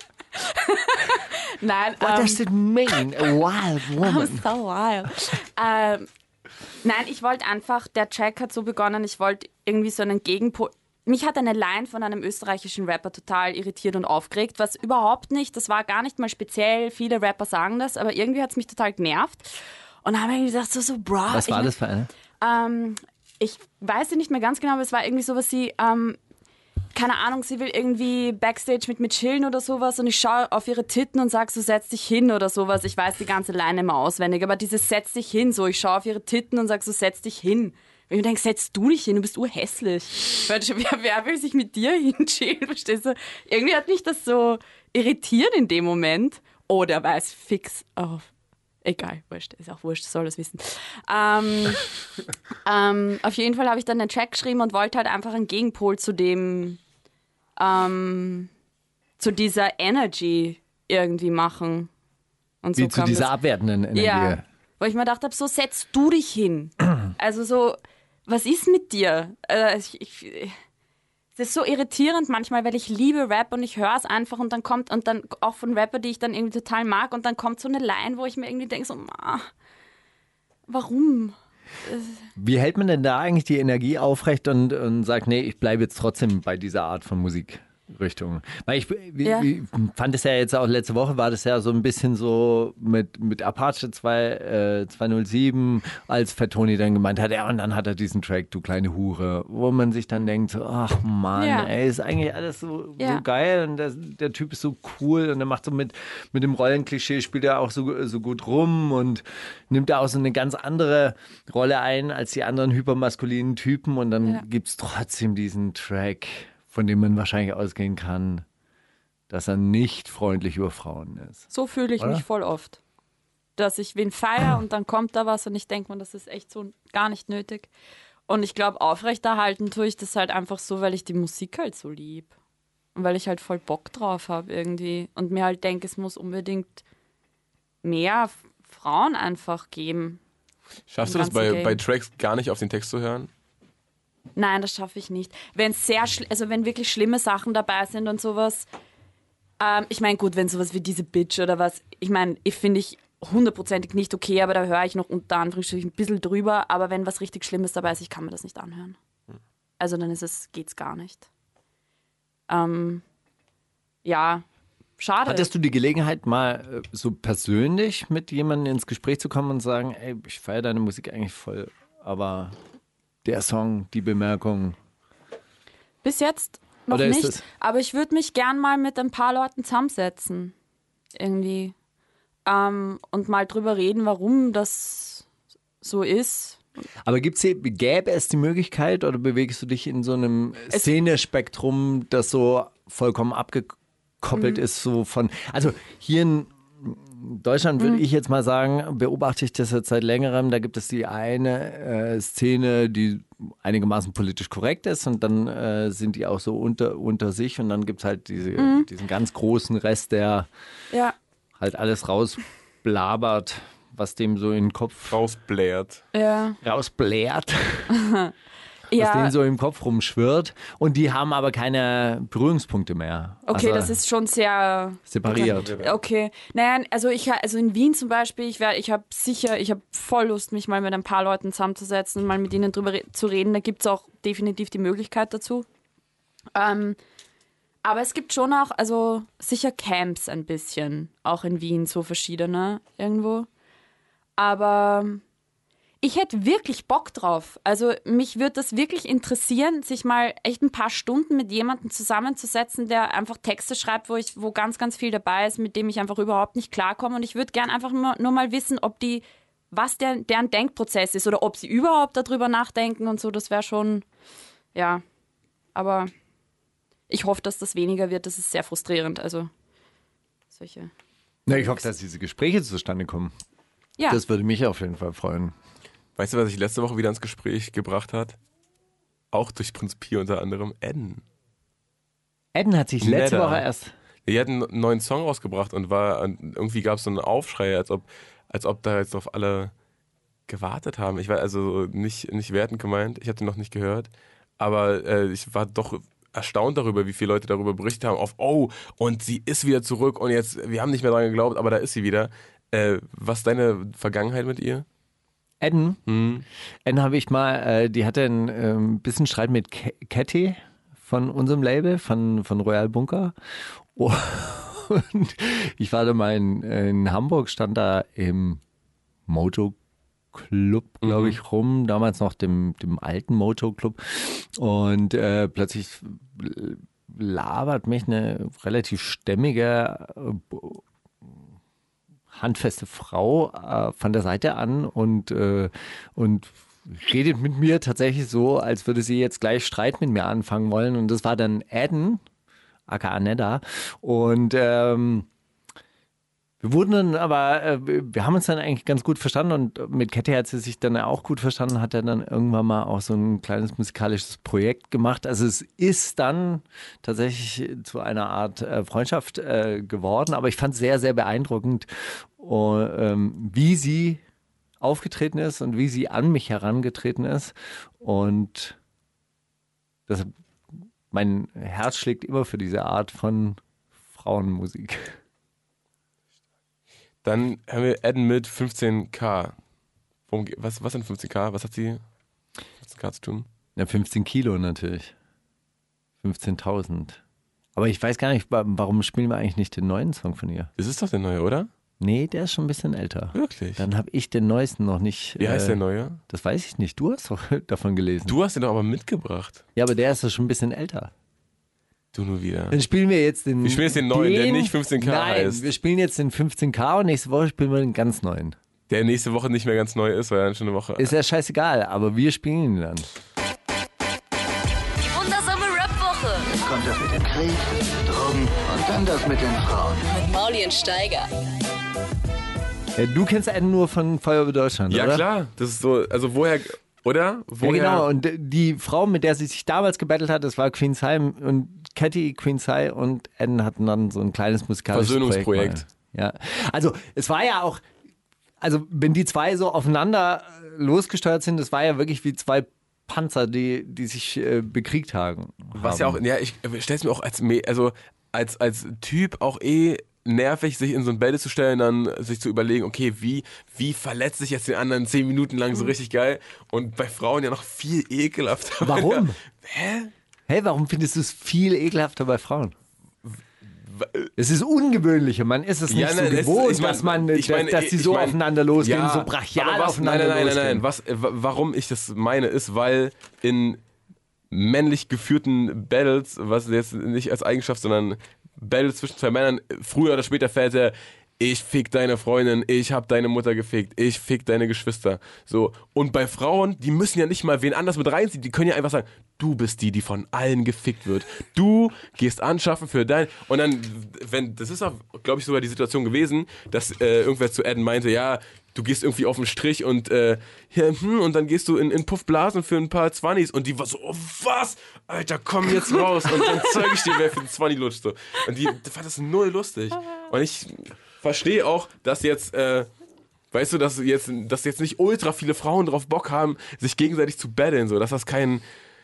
Nein. What does it mean, a wild woman? I'm so wild. Nein, ich wollte einfach, der Track hat so begonnen, ich wollte irgendwie so einen Gegenpol. Mich hat eine Line von einem österreichischen Rapper total irritiert und aufgeregt, was überhaupt nicht, das war gar nicht mal speziell, viele Rapper sagen das, aber irgendwie hat es mich total genervt. Und dann habe ich gesagt, so, bra. Was war das für eine? Ich weiß nicht mehr ganz genau, aber es war irgendwie so, was sie, keine Ahnung, sie will irgendwie Backstage mit mir chillen oder sowas, und ich schaue auf ihre Titten und sage so, setz dich hin oder sowas. Ich weiß die ganze Line immer auswendig, aber dieses setz dich hin, so, ich schaue auf ihre Titten und sage so, setz dich hin. Und ich denke, setz du dich hin, du bist urhässlich. Wer will sich mit dir hinchillen, verstehst du? Irgendwie hat mich das so irritiert in dem Moment. Oh, der weiß fix auf. Egal, wurscht, ist auch wurscht, soll das wissen. Auf jeden Fall habe ich dann einen Track geschrieben und wollte halt einfach einen Gegenpol zu zu dieser Energy irgendwie machen. Und so Wie zu dieser abwertenden Energie. Ja, wo ich mir gedacht habe, so setzt du dich hin. Also so, was ist mit dir? Es ist so irritierend manchmal, weil ich liebe Rap und ich höre es einfach, und dann kommt, und dann auch von Rapper, die ich dann irgendwie total mag, und dann kommt so eine Line, wo ich mir irgendwie denke, so, warum? Wie hält man denn da eigentlich die Energie aufrecht und sagt, nee, ich bleibe jetzt trotzdem bei dieser Art von Musikrichtung? Weil ich fand es ja jetzt auch, letzte Woche war das ja so ein bisschen so mit Apache 207, als Fat Tony dann gemeint hat, ja, und dann hat er diesen Track, du kleine Hure, wo man sich dann denkt, so, ach Mann, ey, ist eigentlich alles so geil, und der Typ ist so cool, und er macht so mit dem Rollenklischee, spielt er auch so gut rum und nimmt da auch so eine ganz andere Rolle ein als die anderen hypermaskulinen Typen, und dann gibt's trotzdem diesen Track, von dem man wahrscheinlich ausgehen kann, dass er nicht freundlich über Frauen ist. So fühle ich mich voll oft. Dass ich wen feiere und dann kommt da was und ich denke mir, das ist echt so gar nicht nötig. Und ich glaube, aufrechterhalten tue ich das halt einfach so, weil ich die Musik halt so lieb. Und weil ich halt voll Bock drauf habe irgendwie. Und mir halt denke, es muss unbedingt mehr Frauen einfach geben. Schaffst du das bei Tracks gar nicht auf den Text zu hören? Nein, das schaffe ich nicht. Wenn wenn wirklich schlimme Sachen dabei sind und sowas. Ich meine, gut, wenn sowas wie diese Bitch oder was, ich meine, finde ich 100%ig nicht okay, aber da höre ich noch unter Anführungsstrichen ein bisschen drüber. Aber wenn was richtig Schlimmes dabei ist, ich kann mir das nicht anhören. Also dann geht's gar nicht. Ja, schade. Hattest du die Gelegenheit, mal so persönlich mit jemandem ins Gespräch zu kommen und sagen, ey, ich feiere deine Musik eigentlich voll, aber der Song, die Bemerkung. Bis jetzt noch Oder ist nicht, das- aber ich würde mich gern mal mit ein paar Leuten zusammensetzen. Irgendwie. Und mal drüber reden, warum das so ist. Aber gäbe es die Möglichkeit oder bewegst du dich in so einem Szenespektrum, das so vollkommen abgekoppelt ist, so von, also hier in Deutschland würde ich jetzt mal sagen, beobachte ich das jetzt seit längerem, da gibt es die eine Szene, die einigermaßen politisch korrekt ist und dann sind die auch so unter sich und dann gibt es halt diesen ganz großen Rest, der Ja. halt alles rausblabert, was dem so in den Kopf Rausblärt. Ja. rausblärt, was Ja. denen so im Kopf rumschwirrt und die haben aber keine Berührungspunkte mehr. Okay, also das ist schon sehr separiert. Okay. Naja, also in Wien zum Beispiel, ich habe voll Lust, mich mal mit ein paar Leuten zusammenzusetzen und mal mit ihnen drüber zu reden. Da gibt es auch definitiv die Möglichkeit dazu. Aber es gibt schon auch, also sicher Camps ein bisschen, auch in Wien, so verschiedene irgendwo. Aber ich hätte wirklich Bock drauf. Also mich würde das wirklich interessieren, sich mal echt ein paar Stunden mit jemandem zusammenzusetzen, der einfach Texte schreibt, wo ganz, ganz viel dabei ist, mit dem ich einfach überhaupt nicht klarkomme. Und ich würde gern einfach nur mal wissen, was deren Denkprozess ist oder ob sie überhaupt darüber nachdenken und so. Das wäre schon, ja. Aber ich hoffe, dass das weniger wird. Das ist sehr frustrierend. Also solche. Na, ich hoffe, dass diese Gespräche zustande kommen. Ja. Das würde mich auf jeden Fall freuen. Weißt du, was sich letzte Woche wieder ins Gespräch gebracht hat? Auch durch Prinz Pi unter anderem Eden. Eden hat sich letzte Nedda. Woche erst... Die hatten einen neuen Song rausgebracht und irgendwie gab es so einen Aufschrei, als ob da jetzt auf alle gewartet haben. Ich war also nicht wertend gemeint, ich hatte ihn noch nicht gehört, aber ich war doch erstaunt darüber, wie viele Leute darüber berichtet haben, und sie ist wieder zurück und jetzt, wir haben nicht mehr dran geglaubt, aber da ist sie wieder. Was ist deine Vergangenheit mit ihr? Eden habe ich mal, die hatte ein bisschen Streit mit Catty von unserem Label, von Royal Bunker. Und ich war da mal in Hamburg, stand da im Mojo Club, glaube ich, rum, damals noch dem alten Mojo Club. Und plötzlich labert mich eine relativ stämmige, handfeste Frau von der Seite an und redet mit mir tatsächlich so, als würde sie jetzt gleich Streit mit mir anfangen wollen. Und das war dann Eden, aka Nedda. Und wir wurden dann aber, wir haben uns dann eigentlich ganz gut verstanden und mit Catty hat sie sich dann auch gut verstanden, hat er dann irgendwann mal auch so ein kleines musikalisches Projekt gemacht. Also es ist dann tatsächlich zu einer Art Freundschaft geworden, aber ich fand es sehr, sehr beeindruckend, wie sie aufgetreten ist und wie sie an mich herangetreten ist und deshalb, mein Herz schlägt immer für diese Art von Frauenmusik. Dann haben wir Eden mit 15K. Was sind 15K? Was hat sie 15K zu tun? Ja, 15 Kilo natürlich. 15.000. Aber ich weiß gar nicht, warum spielen wir eigentlich nicht den neuen Song von ihr? Das ist doch der neue, oder? Nee, der ist schon ein bisschen älter. Wirklich? Dann habe ich den neuesten noch nicht. Wie heißt der neue? Das weiß ich nicht. Du hast doch davon gelesen. Du hast den doch aber mitgebracht. Ja, aber der ist doch schon ein bisschen älter. Du nur wieder. Dann spielen wir jetzt den. Wir spielen jetzt den neuen, der nicht 15K heißt. Nein, wir spielen jetzt den 15K und nächste Woche spielen wir den ganz neuen. Der nächste Woche nicht mehr ganz neu ist, weil er dann schon eine Woche. Ist ja scheißegal, aber wir spielen ihn dann. Die wundersame Rap-Woche. Kommt das mit dem Krieg, Drogen und dann das mit den Frauen. Mit Mauli und Steiger. Du kennst Ed nur von Feuerwehr Deutschland, Ja, oder? klar. Das ist so, also woher, oder? Woher? Ja, genau. Und die Frau, mit der sie sich damals gebettelt hat, das war Queen Sai und Cathy Queen Sai und Ed hatten dann so ein kleines musikalisches Versöhnungsprojekt. Ja, also es war ja auch, also wenn die zwei so aufeinander losgesteuert sind, das war ja wirklich wie zwei Panzer, die sich bekriegt haben. Was ja auch, ja, ich stell's mir auch als Typ auch nervig, sich in so ein Battle zu stellen, dann sich zu überlegen, okay, wie verletze ich jetzt den anderen 10 Minuten lang so richtig geil? Und bei Frauen ja noch viel ekelhafter. Warum? Hä? Hey, warum findest du es viel ekelhafter bei Frauen? Es ist ungewöhnlicher, man ist es nicht so gewohnt, dass die so aufeinander losgehen, so brachial aufeinander losgehen. Warum ich das meine, ist, weil in männlich geführten Battles, was jetzt nicht als Eigenschaft, sondern Battles zwischen zwei Männern, früher oder später fällt der, ich fick deine Freundin, ich hab deine Mutter gefickt, ich fick deine Geschwister. So. Und bei Frauen, die müssen ja nicht mal wen anders mit reinziehen, die können ja einfach sagen, du bist die von allen gefickt wird. Du gehst anschaffen für dein... Und dann, das ist auch, glaube ich, sogar die Situation gewesen, dass irgendwer zu Ed meinte, ja, du gehst irgendwie auf den Strich und und dann gehst du in Puffblasen für ein paar Zwannis und die war so, oh was? Alter, komm jetzt raus und dann zeige ich dir, wer für den Zwanni lutscht. So. Und die fand das null lustig. Und ich verstehe auch, dass jetzt, weißt du, dass jetzt nicht ultra viele Frauen drauf Bock haben, sich gegenseitig zu battlen, so, dass das kein,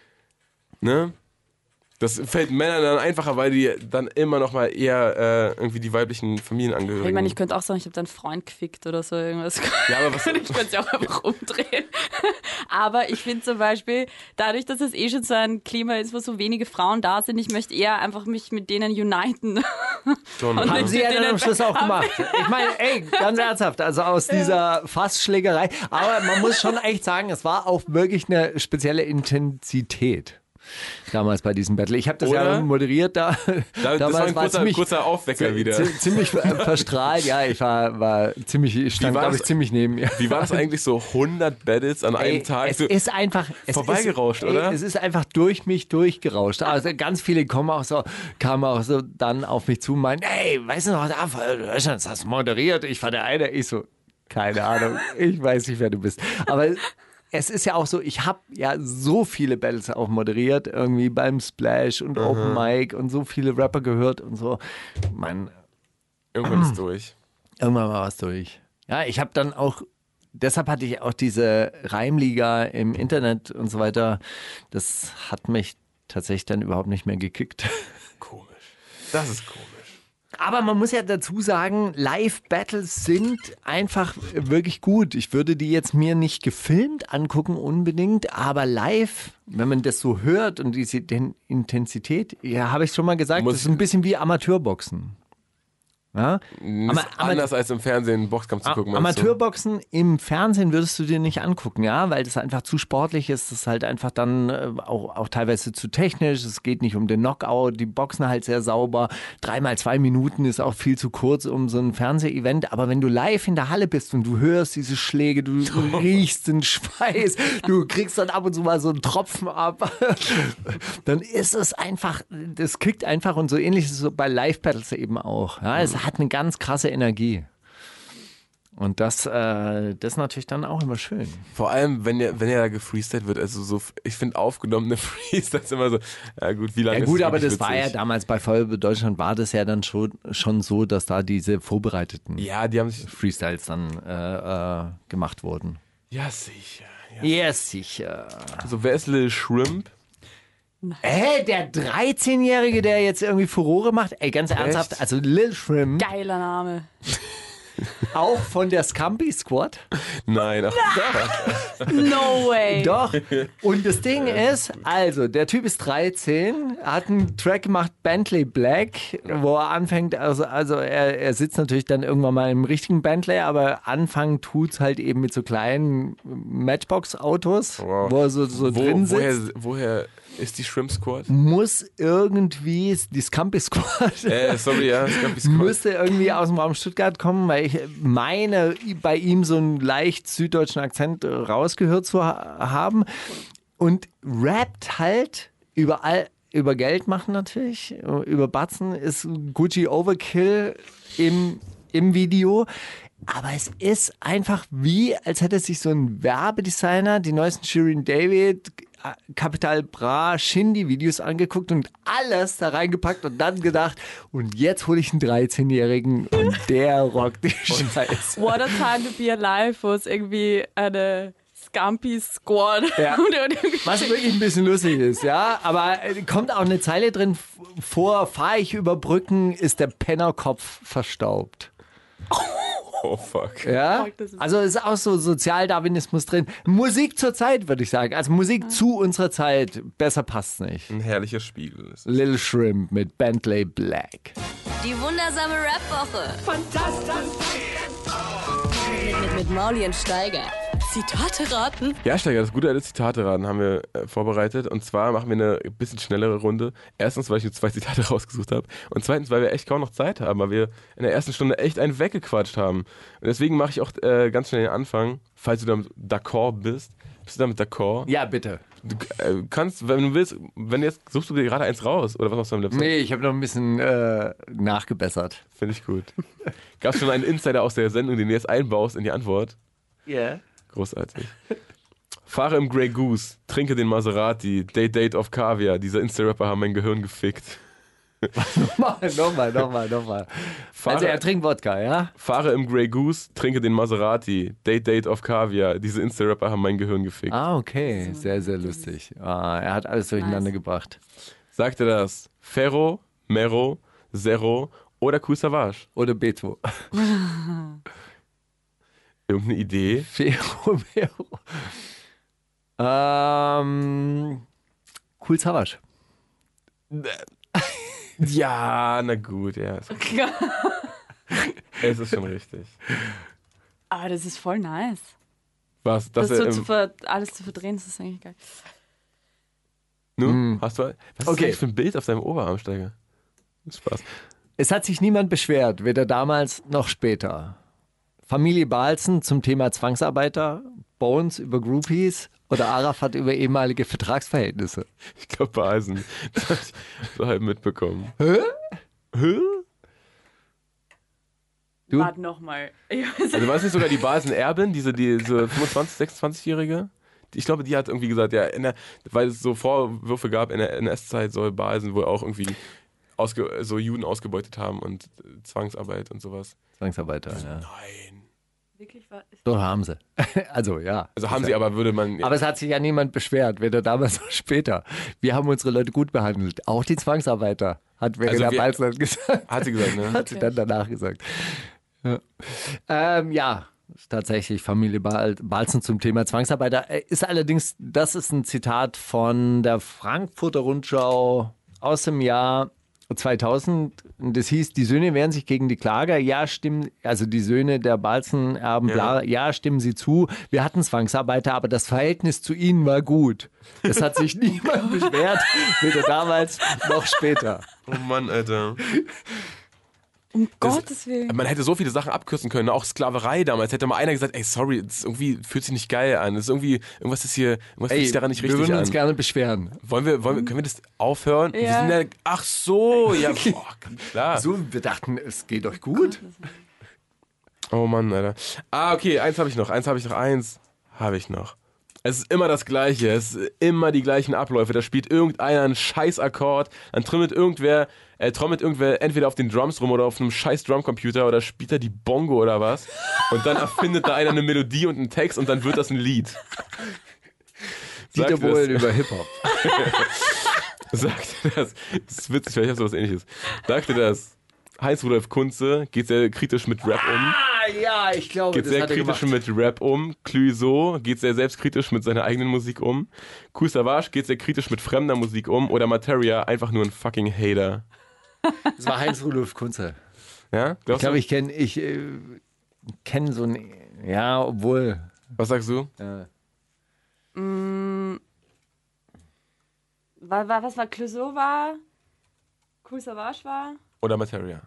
ne? Das fällt Männern dann einfacher, weil die dann immer noch mal eher irgendwie die weiblichen Familienangehörigen. Ich meine, ich könnte auch sagen, ich habe deinen Freund gefickt oder so irgendwas. Ja, aber was? Ich könnte es ja auch einfach umdrehen. Aber ich finde zum Beispiel, dadurch, dass es schon so ein Klima ist, wo so wenige Frauen da sind, ich möchte eher einfach mich mit denen uniten. Haben sie ja dann am Schluss auch gemacht. Ich meine, ey, ganz ernsthaft, also aus dieser Fassschlägerei. Aber man muss schon echt sagen, es war auch wirklich eine spezielle Intensität. Damals bei diesem Battle. Ich habe das ja moderiert da. Das war ein kurzer Aufwecker wieder. Ziemlich verstrahlt, ja, ich stand glaube ich ziemlich neben mir. Wie war das eigentlich so 100 Battles an einem Tag? Es ist einfach vorbeigerauscht, oder? Es ist einfach durch mich durchgerauscht. Also ganz viele kamen auch so dann auf mich zu und meinen, ey, weißt du noch, das hast du moderiert, ich war der eine. Ich so, keine Ahnung, ich weiß nicht, wer du bist. Aber es ist ja auch so, ich habe ja so viele Battles auch moderiert, irgendwie beim Splash und Open Mic und so viele Rapper gehört und so. Irgendwann ist durch. Irgendwann war was durch. Ja, ich habe dann auch, deshalb hatte ich auch diese Reimliga im Internet und so weiter. Das hat mich tatsächlich dann überhaupt nicht mehr gekickt. Komisch. Das ist komisch. Aber man muss ja dazu sagen, Live-Battles sind einfach wirklich gut. Ich würde die jetzt mir nicht gefilmt angucken unbedingt, aber live, wenn man das so hört und diese Intensität, ja, habe ich schon mal gesagt, das ist ein bisschen wie Amateurboxen. Ja? Anders als im Fernsehen einen Boxkampf zu gucken. Amateurboxen im Fernsehen würdest du dir nicht angucken, ja, weil das einfach zu sportlich ist. Das ist halt einfach dann auch teilweise zu technisch. Es geht nicht um den Knockout. Die boxen halt sehr sauber. 3x2 Minuten ist auch viel zu kurz um so ein Fernseh-Event. Aber wenn du live in der Halle bist und du hörst diese Schläge, du riechst den Schweiß, du kriegst dann ab und zu mal so einen Tropfen ab, dann ist es einfach, das kickt einfach und so ähnlich ist es so bei Live-Battles eben auch. Ja, es hat eine ganz krasse Energie. Und das ist natürlich dann auch immer schön. Vor allem, wenn ja da gefreestylt wird, also so, ich finde aufgenommene Freestyles immer so, ja gut, wie lange ist das? Ja gut, aber das war ja damals bei Feuerwehr Deutschland war das ja dann schon so, dass da diese vorbereiteten die haben sich Freestyles dann gemacht wurden. Ja, sicher. Ja, sicher. Also wer ist Lil Shrimp? Der 13-Jährige, der jetzt irgendwie Furore macht? Ey, ganz ernsthaft, also Lil Shrimp. Geiler Name. Auch von der Scampi Squad? Nein. No way. Doch. Und das Ding ist, also, der Typ ist 13, hat einen Track gemacht, Bentley Black, wo er anfängt, also er sitzt natürlich dann irgendwann mal im richtigen Bentley, aber anfangen tut's halt eben mit so kleinen Matchbox-Autos, wo er so drin sitzt. Woher ist die Shrimp Squad? Muss irgendwie, die Scampi Squad, Scampi Squad. Müsste irgendwie aus dem Raum Stuttgart kommen, weil ich meine, bei ihm so einen leicht süddeutschen Akzent rausgehört zu haben und rappt halt überall über Geld machen natürlich, über Batzen ist Gucci Overkill im Video. Aber es ist einfach wie, als hätte sich so ein Werbedesigner die neuesten Shirin David, Capital Bra, Shindy-Videos angeguckt und alles da reingepackt und dann gedacht, und jetzt hole ich einen 13-Jährigen und der rockt die Scheiße. What a time to be alive, wo es irgendwie eine Scampy Squad. Ja. Was wirklich ein bisschen lustig ist, ja. Aber kommt auch eine Zeile drin vor, fahre ich über Brücken, ist der Pennerkopf verstaubt. Oh fuck. Ja, also ist auch so Sozialdarwinismus drin. Musik zur Zeit, würde ich sagen. Also Musik zu unserer Zeit. Besser passt's nicht. Ein herrlicher Spiegel. Little Shrimp mit Bentley Black. Die wundersame Rap-Woche. Fantastisch. Mit Mauli und Steiger. Zitate raten. Ja, Steiger, das gute alte Zitate raten haben wir vorbereitet. Und zwar machen wir eine bisschen schnellere Runde. Erstens, weil ich nur 2 Zitate rausgesucht habe. Und zweitens, weil wir echt kaum noch Zeit haben, weil wir in der ersten Stunde echt einen weggequatscht haben. Und deswegen mache ich auch ganz schnell den Anfang, falls du damit d'accord bist. Bist du damit d'accord? Ja, bitte. Du kannst, wenn du willst, suchst du dir gerade eins raus. Oder was machst du am Laptop? Nee, ich habe noch ein bisschen nachgebessert. Finde ich gut. Gab es schon einen Insider aus der Sendung, den du jetzt einbaust in die Antwort? Ja. Yeah. Großartig. Fahre im Grey Goose, trinke den Maserati, Date auf Kaviar. Diese Insta-Rapper haben mein Gehirn gefickt. Nochmal. Also er trinkt Wodka, ja? Fahre im Grey Goose, trinke den Maserati, Date auf Kaviar. Diese Insta-Rapper haben mein Gehirn gefickt. Ah, okay. Sehr, sehr lustig. Er hat alles durcheinander gebracht. Sagte das Ferro, Mero, Zero oder Kool Savas? Oder Beto. Irgendeine Idee? Ferro, Mero. Kool Savas. Ja, na gut, ja. Es ist schon richtig. Aber das ist voll nice. Was? Das so alles zu verdrehen, das ist eigentlich geil. Nun, hast du. Was ist das für ein Bild auf deinem Oberarm, Steiger? Spaß. Es hat sich niemand beschwert, weder damals noch später. Familie Balzen zum Thema Zwangsarbeiter, Bones über Groupies oder Arafat über ehemalige Vertragsverhältnisse. Ich glaube Balzen. Das habe ich so halb mitbekommen. Hä? Du? Warte nochmal. Also war es nicht sogar die Balzen-Erbin, diese 25-, 26-Jährige? Ich glaube, die hat irgendwie gesagt, ja, weil es so Vorwürfe gab, in der NS-Zeit soll Balzen wohl auch irgendwie so Juden ausgebeutet haben und Zwangsarbeit und sowas. Zwangsarbeiter, ja. Nein. Wirklich? Doch, haben sie. Also, ja. Also haben sie, aber würde man... Aber es hat sich ja niemand beschwert, weder damals noch später. Wir haben unsere Leute gut behandelt. Auch die Zwangsarbeiter, hat Verena Balzen gesagt. Hat sie gesagt, ne? Hat sie dann danach gesagt. Ja. Tatsächlich Familie Balzen zum Thema Zwangsarbeiter. Das ist ein Zitat von der Frankfurter Rundschau aus dem Jahr 2000. Das hieß, die Söhne wehren sich gegen die Klage. Ja, stimmen, also die Söhne der Balzen-Erben, ja, stimmen sie zu. Wir hatten Zwangsarbeiter, aber das Verhältnis zu ihnen war gut. Es hat sich niemand beschwert, weder damals noch später. Oh Mann, Alter. Um Gottes Willen. Man hätte so viele Sachen abkürzen können, auch Sklaverei damals. Hätte mal einer gesagt, ey, sorry, das irgendwie fühlt sich nicht geil an. Das ist irgendwas fühlt sich daran nicht richtig an. Wir würden uns gerne beschweren. Können wir das aufhören? Ja. Ach so, ja, klar. So, wir dachten, es geht euch gut. Oh Mann, Alter. Okay, eins habe ich noch. Es ist immer das Gleiche, es sind immer die gleichen Abläufe. Da spielt irgendeiner einen Scheißakkord, dann trommelt irgendwer entweder auf den Drums rum oder auf einem scheiß Drumcomputer oder spielt da die Bongo oder was. Und dann erfindet da einer eine Melodie und einen Text und dann wird das ein Lied. Dieter Bohlen über Hip-Hop. Sagte das ist witzig, vielleicht hast du was Ähnliches. Sagte das Heinz-Rudolf Kunze, geht sehr kritisch mit Rap um. Ja, ich glaube, geht sehr kritisch mit Rap um. Clouseau geht sehr selbstkritisch mit seiner eigenen Musik um. Kool Savas geht sehr kritisch mit fremder Musik um. Oder Materia, einfach nur ein fucking Hater. Das war Heinz-Rudolf Kunze. Ja? Ich glaube, ich kenne so ein... Ja, obwohl... Was sagst du? Was war Clouseau war? Kool Savas war? Oder Materia?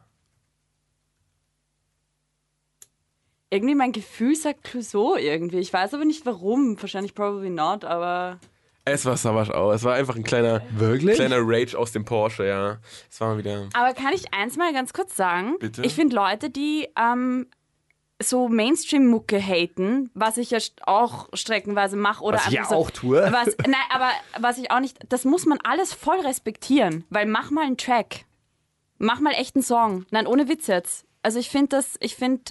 Irgendwie mein Gefühl sagt Clouseau irgendwie. Ich weiß aber nicht warum. Wahrscheinlich probably not, aber... Es war Savage auch. Es war einfach ein kleiner Rage aus dem Porsche, ja. Es war mal wieder... Aber kann ich eins mal ganz kurz sagen? Bitte? Ich finde Leute, die so Mainstream-Mucke haten, was ich ja auch streckenweise mache. Oder Was ich ja einfach auch tue. Aber was ich auch nicht, das muss man alles voll respektieren, weil mach mal einen Track. Mach mal echt einen Song. Nein, ohne Witz jetzt. Also ich finde ich finde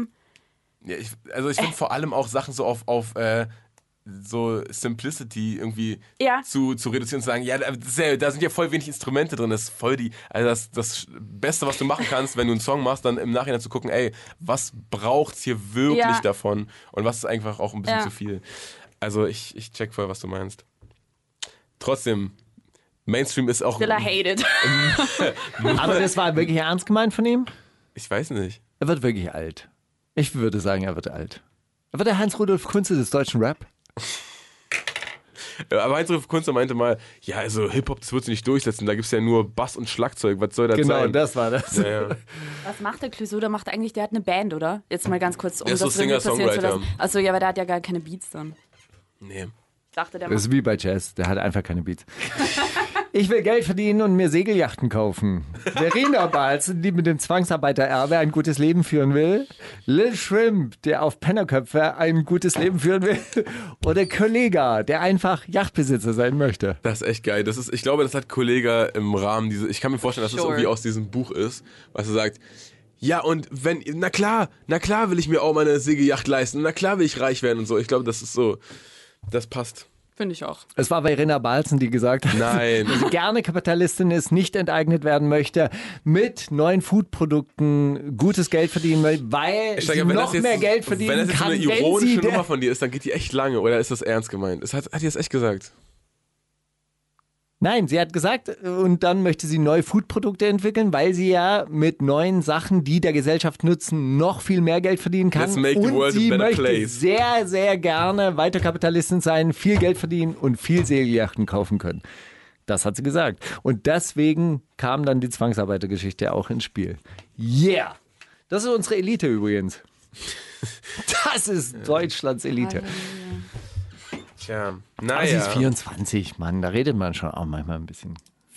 vor allem auch Sachen so auf so Simplicity irgendwie Ja. zu reduzieren und zu sagen, ja, da sind ja voll wenig Instrumente drin, das ist voll das Beste, was du machen kannst, wenn du einen Song machst, dann im Nachhinein zu gucken, ey, was braucht's hier wirklich davon und was ist einfach auch ein bisschen zu viel. Also ich check voll, was du meinst. Trotzdem, Mainstream ist auch... Still I hate it. Aber das war wirklich ernst gemeint von ihm? Ich weiß nicht. Er wird wirklich alt. Ich würde sagen, er wird alt. Er wird der Heinz-Rudolf Kunze des deutschen Rap. Ja, aber Heinz-Rudolf Kunze meinte mal, ja, also Hip-Hop, das wird sich nicht durchsetzen, da gibt's ja nur Bass und Schlagzeug, was soll das sein? Genau, das war das. Ja. Was macht der Clouseau? Der macht eigentlich, der hat eine Band, oder? Jetzt mal ganz kurz, um Der ist das so Revue passieren zu Singer-Songwriter. lassen. Achso, ja, aber der hat ja gar keine Beats dann. Nee. Ich dachte, der Das macht... ist wie bei Jazz, der hat einfach keine Beats. Ich will Geld verdienen und mir Segelyachten kaufen. Verena Balzen, die mit dem Zwangsarbeitererbe ein gutes Leben führen will. Lil Shrimp, der auf Pennerköpfe ein gutes Leben führen will. Oder Kollega, der einfach Yachtbesitzer sein möchte. Das ist echt geil. Ich glaube, das hat Kollega im Rahmen ich kann mir vorstellen, dass das irgendwie aus diesem Buch ist, was er sagt, ja und na klar will ich mir auch mal eine Segelyacht leisten, na klar will ich reich werden und so. Ich glaube, das ist so, das passt. Finde ich auch. Es war Verena Balzen, die gesagt hat, Nein. dass sie gerne Kapitalistin ist, nicht enteignet werden möchte, mit neuen Foodprodukten gutes Geld verdienen will, weil sie noch mehr Geld verdienen wenn das jetzt kann, so eine wenn sie... ironische Nummer von dir ist, dann geht die echt lange. Oder ist das ernst gemeint? Hat die das echt gesagt? Nein, sie hat gesagt, und dann möchte sie neue Foodprodukte entwickeln, weil sie ja mit neuen Sachen, die der Gesellschaft nutzen, noch viel mehr Geld verdienen kann. Let's make the und world a sie better möchte place. sehr, sehr gerne weiter Kapitalistin sein, viel Geld verdienen und viel Segelyachten kaufen können. Das hat sie gesagt. Und deswegen kam dann die Zwangsarbeitergeschichte auch ins Spiel. Yeah! Das ist unsere Elite übrigens. Das ist Deutschlands Elite. Tja, Sie naja. ist 24, Mann. Da redet man schon auch manchmal ein bisschen.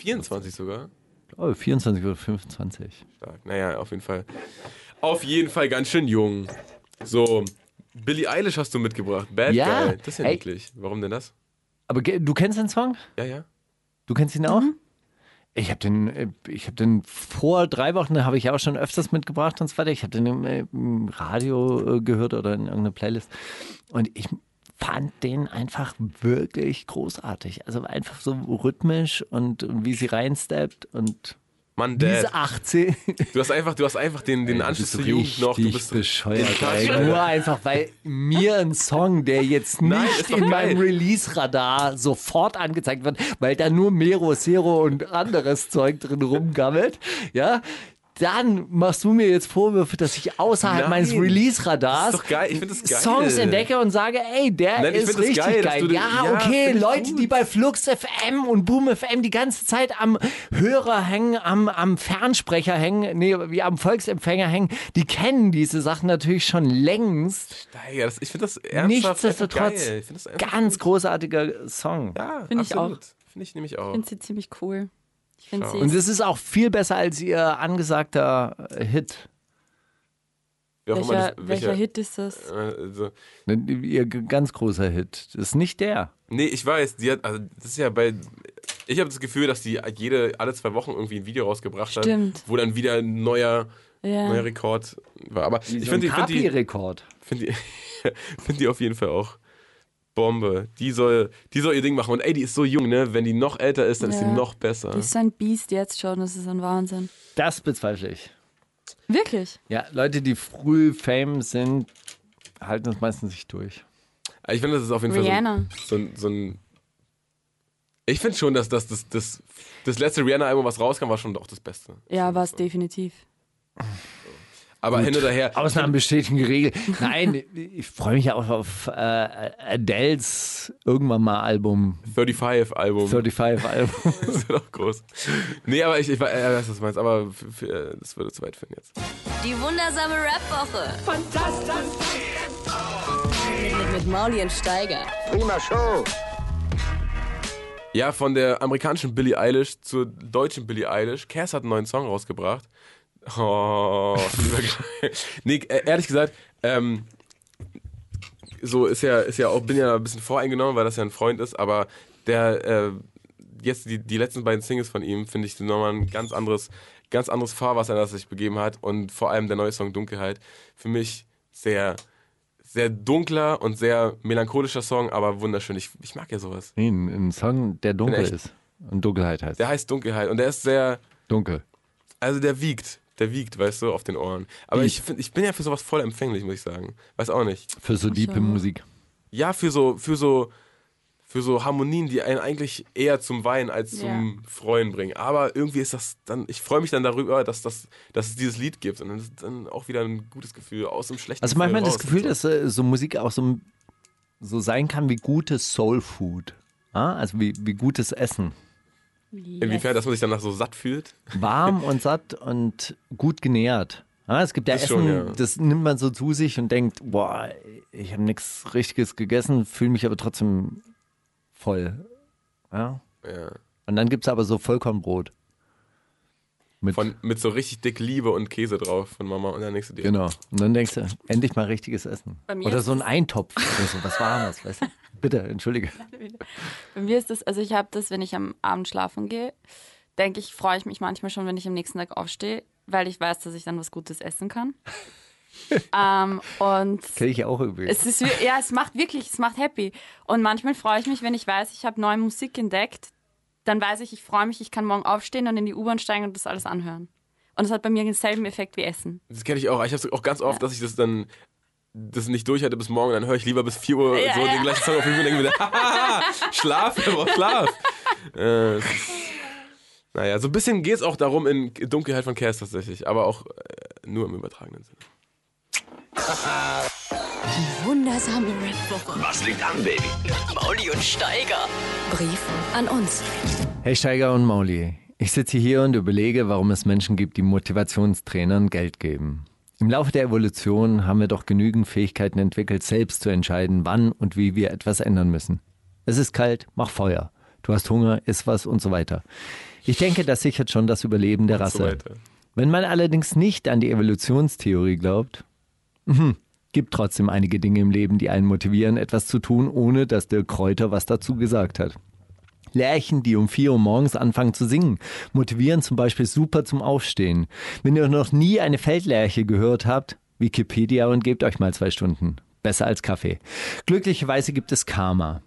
24 sogar? Oh, 24 oder 25. Stark. Naja, auf jeden Fall. Auf jeden Fall ganz schön jung. So, Billie Eilish hast du mitgebracht. Bad Ja, Guy. Das ist ja ey. niedlich. Warum denn das? Aber du kennst den Song? Ja. Du kennst ihn auch? Ich habe den vor 3 Wochen, habe ich auch schon öfters mitgebracht und so weiter. Ich habe den im Radio gehört oder in irgendeiner Playlist. Und ich fand den einfach wirklich großartig. Also einfach so rhythmisch und wie sie reinsteppt und Mann, diese Dad. 18. Du hast einfach den Anschluss zur Jugend noch. Du bist bescheuert. Touch, Ey. Alter. Nur einfach, weil mir ein Song, der jetzt Nein, nicht ist doch in geil. meinem Release-Radar sofort angezeigt wird, weil da nur Mero, Zero und anderes Zeug drin rumgammelt, ja, dann machst du mir jetzt Vorwürfe, dass ich außerhalb Nein. meines Release-Radars Das ist doch geil. Ich finde das geil. Songs entdecke und sage, ey, der Nein, ich ist find das richtig geil, dass geil. du Ja, ja, okay, find ich Leute, gut. die bei Flux FM und Boom FM die ganze Zeit am Hörer hängen, am Fernsprecher hängen, nee, wie am Volksempfänger hängen, die kennen diese Sachen natürlich schon längst. Steiger, ich finde das ernsthaft Nichtsdestotrotz, geil. Ich find das einfach ganz gut. großartiger Song. Ja, Find ich absolut. auch. Finde ich nämlich auch. Ich finde sie ziemlich cool. Ich finde Schau. sie... Und es ist auch viel besser als ihr angesagter Hit. Wie auch immer das- welcher Hit ist das? Also, Ihr ganz großer Hit. Das ist nicht der. nee, ich weiß, das ist ja ich habe das Gefühl, dass die alle 2 Wochen irgendwie ein Video rausgebracht hat, Stimmt. wo dann wieder ein neuer Rekord war. Aber ich finde die, Rekord. find die auf jeden Fall auch Bombe. Die soll ihr Ding machen. Und ey, die ist so jung, ne? Wenn die noch älter ist, dann ist sie Ja. noch besser. Die ist so ein Biest jetzt schon, das ist ein Wahnsinn. Das bezweifle ich. Wirklich? Ja, Leute, die früh Fame sind, halten es meistens nicht durch. Ich finde, das ist auf jeden Rihanna. Fall so ein ich finde schon, dass das letzte Rihanna-Album, was rauskam, war schon auch das Beste. Ja, war es definitiv. Aber hin oder her. Ausnahmen bestätigen die Regel. Nein, ich freue mich auch auf Adeles irgendwann mal Album. 35-Album. 35-Album. Das wird auch groß. Nee, aber ich weiß, was du meinst, aber das würde zu weit führen jetzt. Die wundersame Rap-Woche. Fantastisch. Mit Mauli und Steiger. Prima Show. Ja, von der amerikanischen Billie Eilish zur deutschen Billie Eilish. Cass hat einen neuen Song rausgebracht. Oh, lieber geil. Nee, ehrlich gesagt, so ist ja auch, bin ja ein bisschen voreingenommen, weil das ja ein Freund ist, aber der, jetzt die letzten beiden Singles von ihm, finde ich, sind nochmal ein ganz anderes Fahrwasser, das sich begeben hat, und vor allem der neue Song Dunkelheit, für mich sehr, sehr dunkler und sehr melancholischer Song, aber wunderschön. Ich mag ja sowas. Nee, ein Song, der dunkel ist und Dunkelheit heißt. Der heißt Dunkelheit und der ist sehr dunkel. Also der wiegt, weißt du, auf den Ohren. Aber ich bin ja für sowas voll empfänglich, muss ich sagen. Weiß auch nicht. Für so diepe Musik. Ja, für so Harmonien, die einen eigentlich eher zum Weinen als zum Freuen bringen. Aber irgendwie ist das dann, ich freue mich dann darüber, dass es dieses Lied gibt. Und dann ist dann auch wieder ein gutes Gefühl aus dem schlechten Also manchmal das Gefühl, dass so Musik auch so sein kann wie gutes Soul Food. Also wie gutes Essen. Inwiefern, dass man sich danach so satt fühlt? Warm und satt und gut genährt. Es gibt ja Das Essen, schon, das nimmt man so zu sich und denkt, boah, ich habe nichts Richtiges gegessen, fühle mich aber trotzdem voll. Ja. Und dann gibt es aber so Vollkornbrot. Mit so richtig dick Liebe und Käse drauf von Mama, und dann denkst du dir. Genau. Und dann denkst du, endlich mal richtiges Essen. Oder so ein Eintopf oder so, was Warmes, weißt du? Bitte, entschuldige. Bei mir ist das, also ich habe das, wenn ich am Abend schlafen gehe, freue ich mich manchmal schon, wenn ich am nächsten Tag aufstehe, weil ich weiß, dass ich dann was Gutes essen kann. Und kenn ich auch irgendwie. Es macht happy. Und manchmal freue ich mich, wenn ich weiß, ich habe neue Musik entdeckt, dann weiß ich freue mich, ich kann morgen aufstehen und in die U-Bahn steigen und das alles anhören. Und das hat bei mir denselben Effekt wie Essen. Das kenne ich auch. Ich habe es auch ganz oft, dass ich das nicht durchhalte bis morgen, dann höre ich lieber bis 4 Uhr den gleichen Song auf 5 Uhr und denke mir, Schlaf, er braucht Schlaf. Naja, so ein bisschen geht es auch darum in Dunkelheit von Cass tatsächlich, aber auch nur im übertragenen Sinne. Die wundersame Rap-Woche. Was liegt an, Baby? Mauli und Steiger. Brief an uns. Hey Steiger und Mauli, ich sitze hier und überlege, warum es Menschen gibt, die Motivationstrainern Geld geben. Im Laufe der Evolution haben wir doch genügend Fähigkeiten entwickelt, selbst zu entscheiden, wann und wie wir etwas ändern müssen. Es ist kalt, mach Feuer. Du hast Hunger, iss was und so weiter. Ich denke, das sichert schon das Überleben der Rasse. Wenn man allerdings nicht an die Evolutionstheorie glaubt, gibt trotzdem einige Dinge im Leben, die einen motivieren, etwas zu tun, ohne dass Dirk Kräuter was dazu gesagt hat. Lerchen, die um 4 Uhr morgens anfangen zu singen, motivieren zum Beispiel super zum Aufstehen. Wenn ihr noch nie eine Feldlerche gehört habt, Wikipedia und gebt euch mal 2 Stunden. Besser als Kaffee. Glücklicherweise gibt es Karma.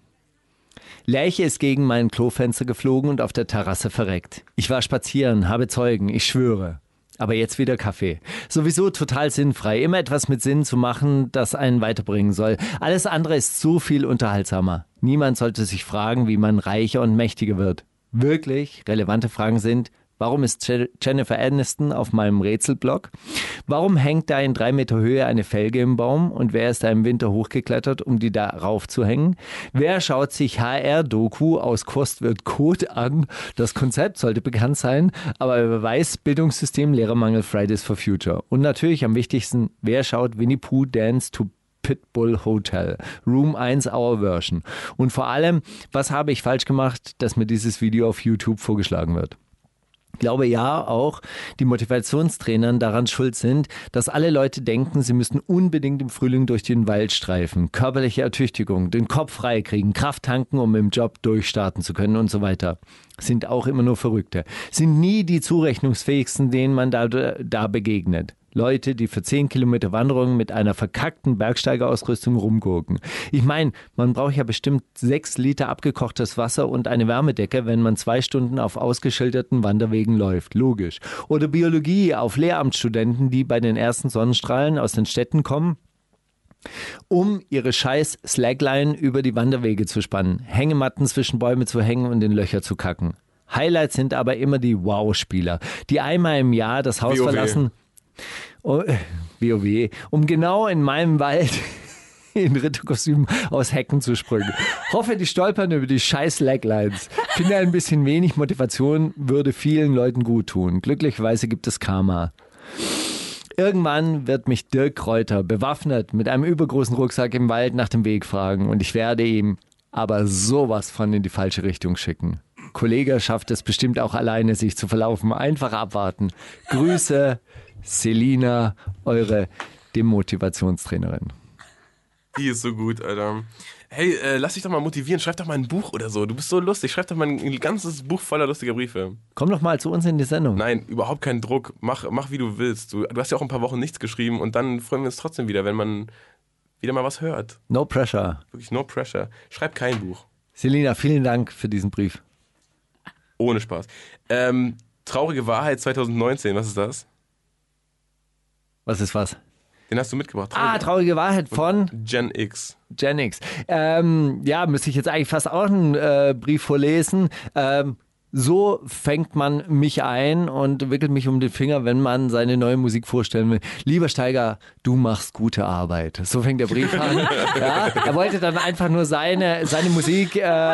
Lerche ist gegen mein Klofenster geflogen und auf der Terrasse verreckt. Ich war spazieren, habe Zeugen, ich schwöre. Aber jetzt wieder Kaffee. Sowieso total sinnfrei. Immer etwas mit Sinn zu machen, das einen weiterbringen soll. Alles andere ist so viel unterhaltsamer. Niemand sollte sich fragen, wie man reicher und mächtiger wird. Wirklich relevante Fragen sind: Warum ist Jennifer Aniston auf meinem Rätselblock? Warum hängt da in 3 Meter Höhe eine Felge im Baum? Und wer ist da im Winter hochgeklettert, um die da raufzuhängen? Wer schaut sich HR-Doku aus Kost wird Kot an? Das Konzept sollte bekannt sein, aber wer weiß, Bildungssystem, Lehrermangel, Fridays for Future. Und natürlich am wichtigsten, wer schaut Winnie Pooh Dance to Pitbull Hotel, Room 1 Hour Version. Und vor allem, was habe ich falsch gemacht, dass mir dieses Video auf YouTube vorgeschlagen wird? Ich glaube ja auch, die Motivationstrainern daran schuld sind, dass alle Leute denken, sie müssten unbedingt im Frühling durch den Wald streifen, körperliche Ertüchtigung, den Kopf freikriegen, Kraft tanken, um im Job durchstarten zu können und so weiter. Sind auch immer nur Verrückte. Sind nie die zurechnungsfähigsten, denen man da begegnet. Leute, die für 10 Kilometer Wanderung mit einer verkackten Bergsteigerausrüstung rumgurken. Ich meine, man braucht ja bestimmt 6 Liter abgekochtes Wasser und eine Wärmedecke, wenn man 2 Stunden auf ausgeschilderten Wanderwegen läuft. Logisch. Oder Biologie auf Lehramtsstudenten, die bei den ersten Sonnenstrahlen aus den Städten kommen, um ihre scheiß Slackline über die Wanderwege zu spannen, Hängematten zwischen Bäume zu hängen und in Löcher zu kacken. Highlights sind aber immer die Wow-Spieler, die einmal im Jahr das Haus verlassen... WoW, um genau in meinem Wald in Ritterkostüm aus Hecken zu springen. Hoffe, die stolpern über die scheiß Laglines. Finde ein bisschen wenig Motivation würde vielen Leuten gut tun. Glücklicherweise gibt es Karma. Irgendwann wird mich Dirk Kräuter bewaffnet mit einem übergroßen Rucksack im Wald nach dem Weg fragen und ich werde ihm aber sowas von in die falsche Richtung schicken. Kollege schafft es bestimmt auch alleine, sich zu verlaufen. Einfach abwarten. Grüße, Selina, eure Demotivationstrainerin. Die ist so gut, Alter. Hey, lass dich doch mal motivieren, schreib doch mal ein Buch oder so. Du bist so lustig, schreib doch mal ein ganzes Buch voller lustiger Briefe. Komm doch mal zu uns in die Sendung. Nein, überhaupt keinen Druck. Mach wie du willst. Du hast ja auch ein paar Wochen nichts geschrieben und dann freuen wir uns trotzdem wieder, wenn man wieder mal was hört. No pressure. Wirklich no pressure. Schreib kein Buch. Selina, vielen Dank für diesen Brief. Ohne Spaß. Traurige Wahrheit 2019, was ist das? Was ist was? Den hast du mitgebracht. Traurige Wahrheit von Gen X. Gen X. Müsste ich jetzt eigentlich fast auch einen Brief vorlesen. So fängt man mich ein und wickelt mich um den Finger, wenn man seine neue Musik vorstellen will. Lieber Steiger, du machst gute Arbeit. So fängt der Brief an. Ja, er wollte dann einfach nur seine Musik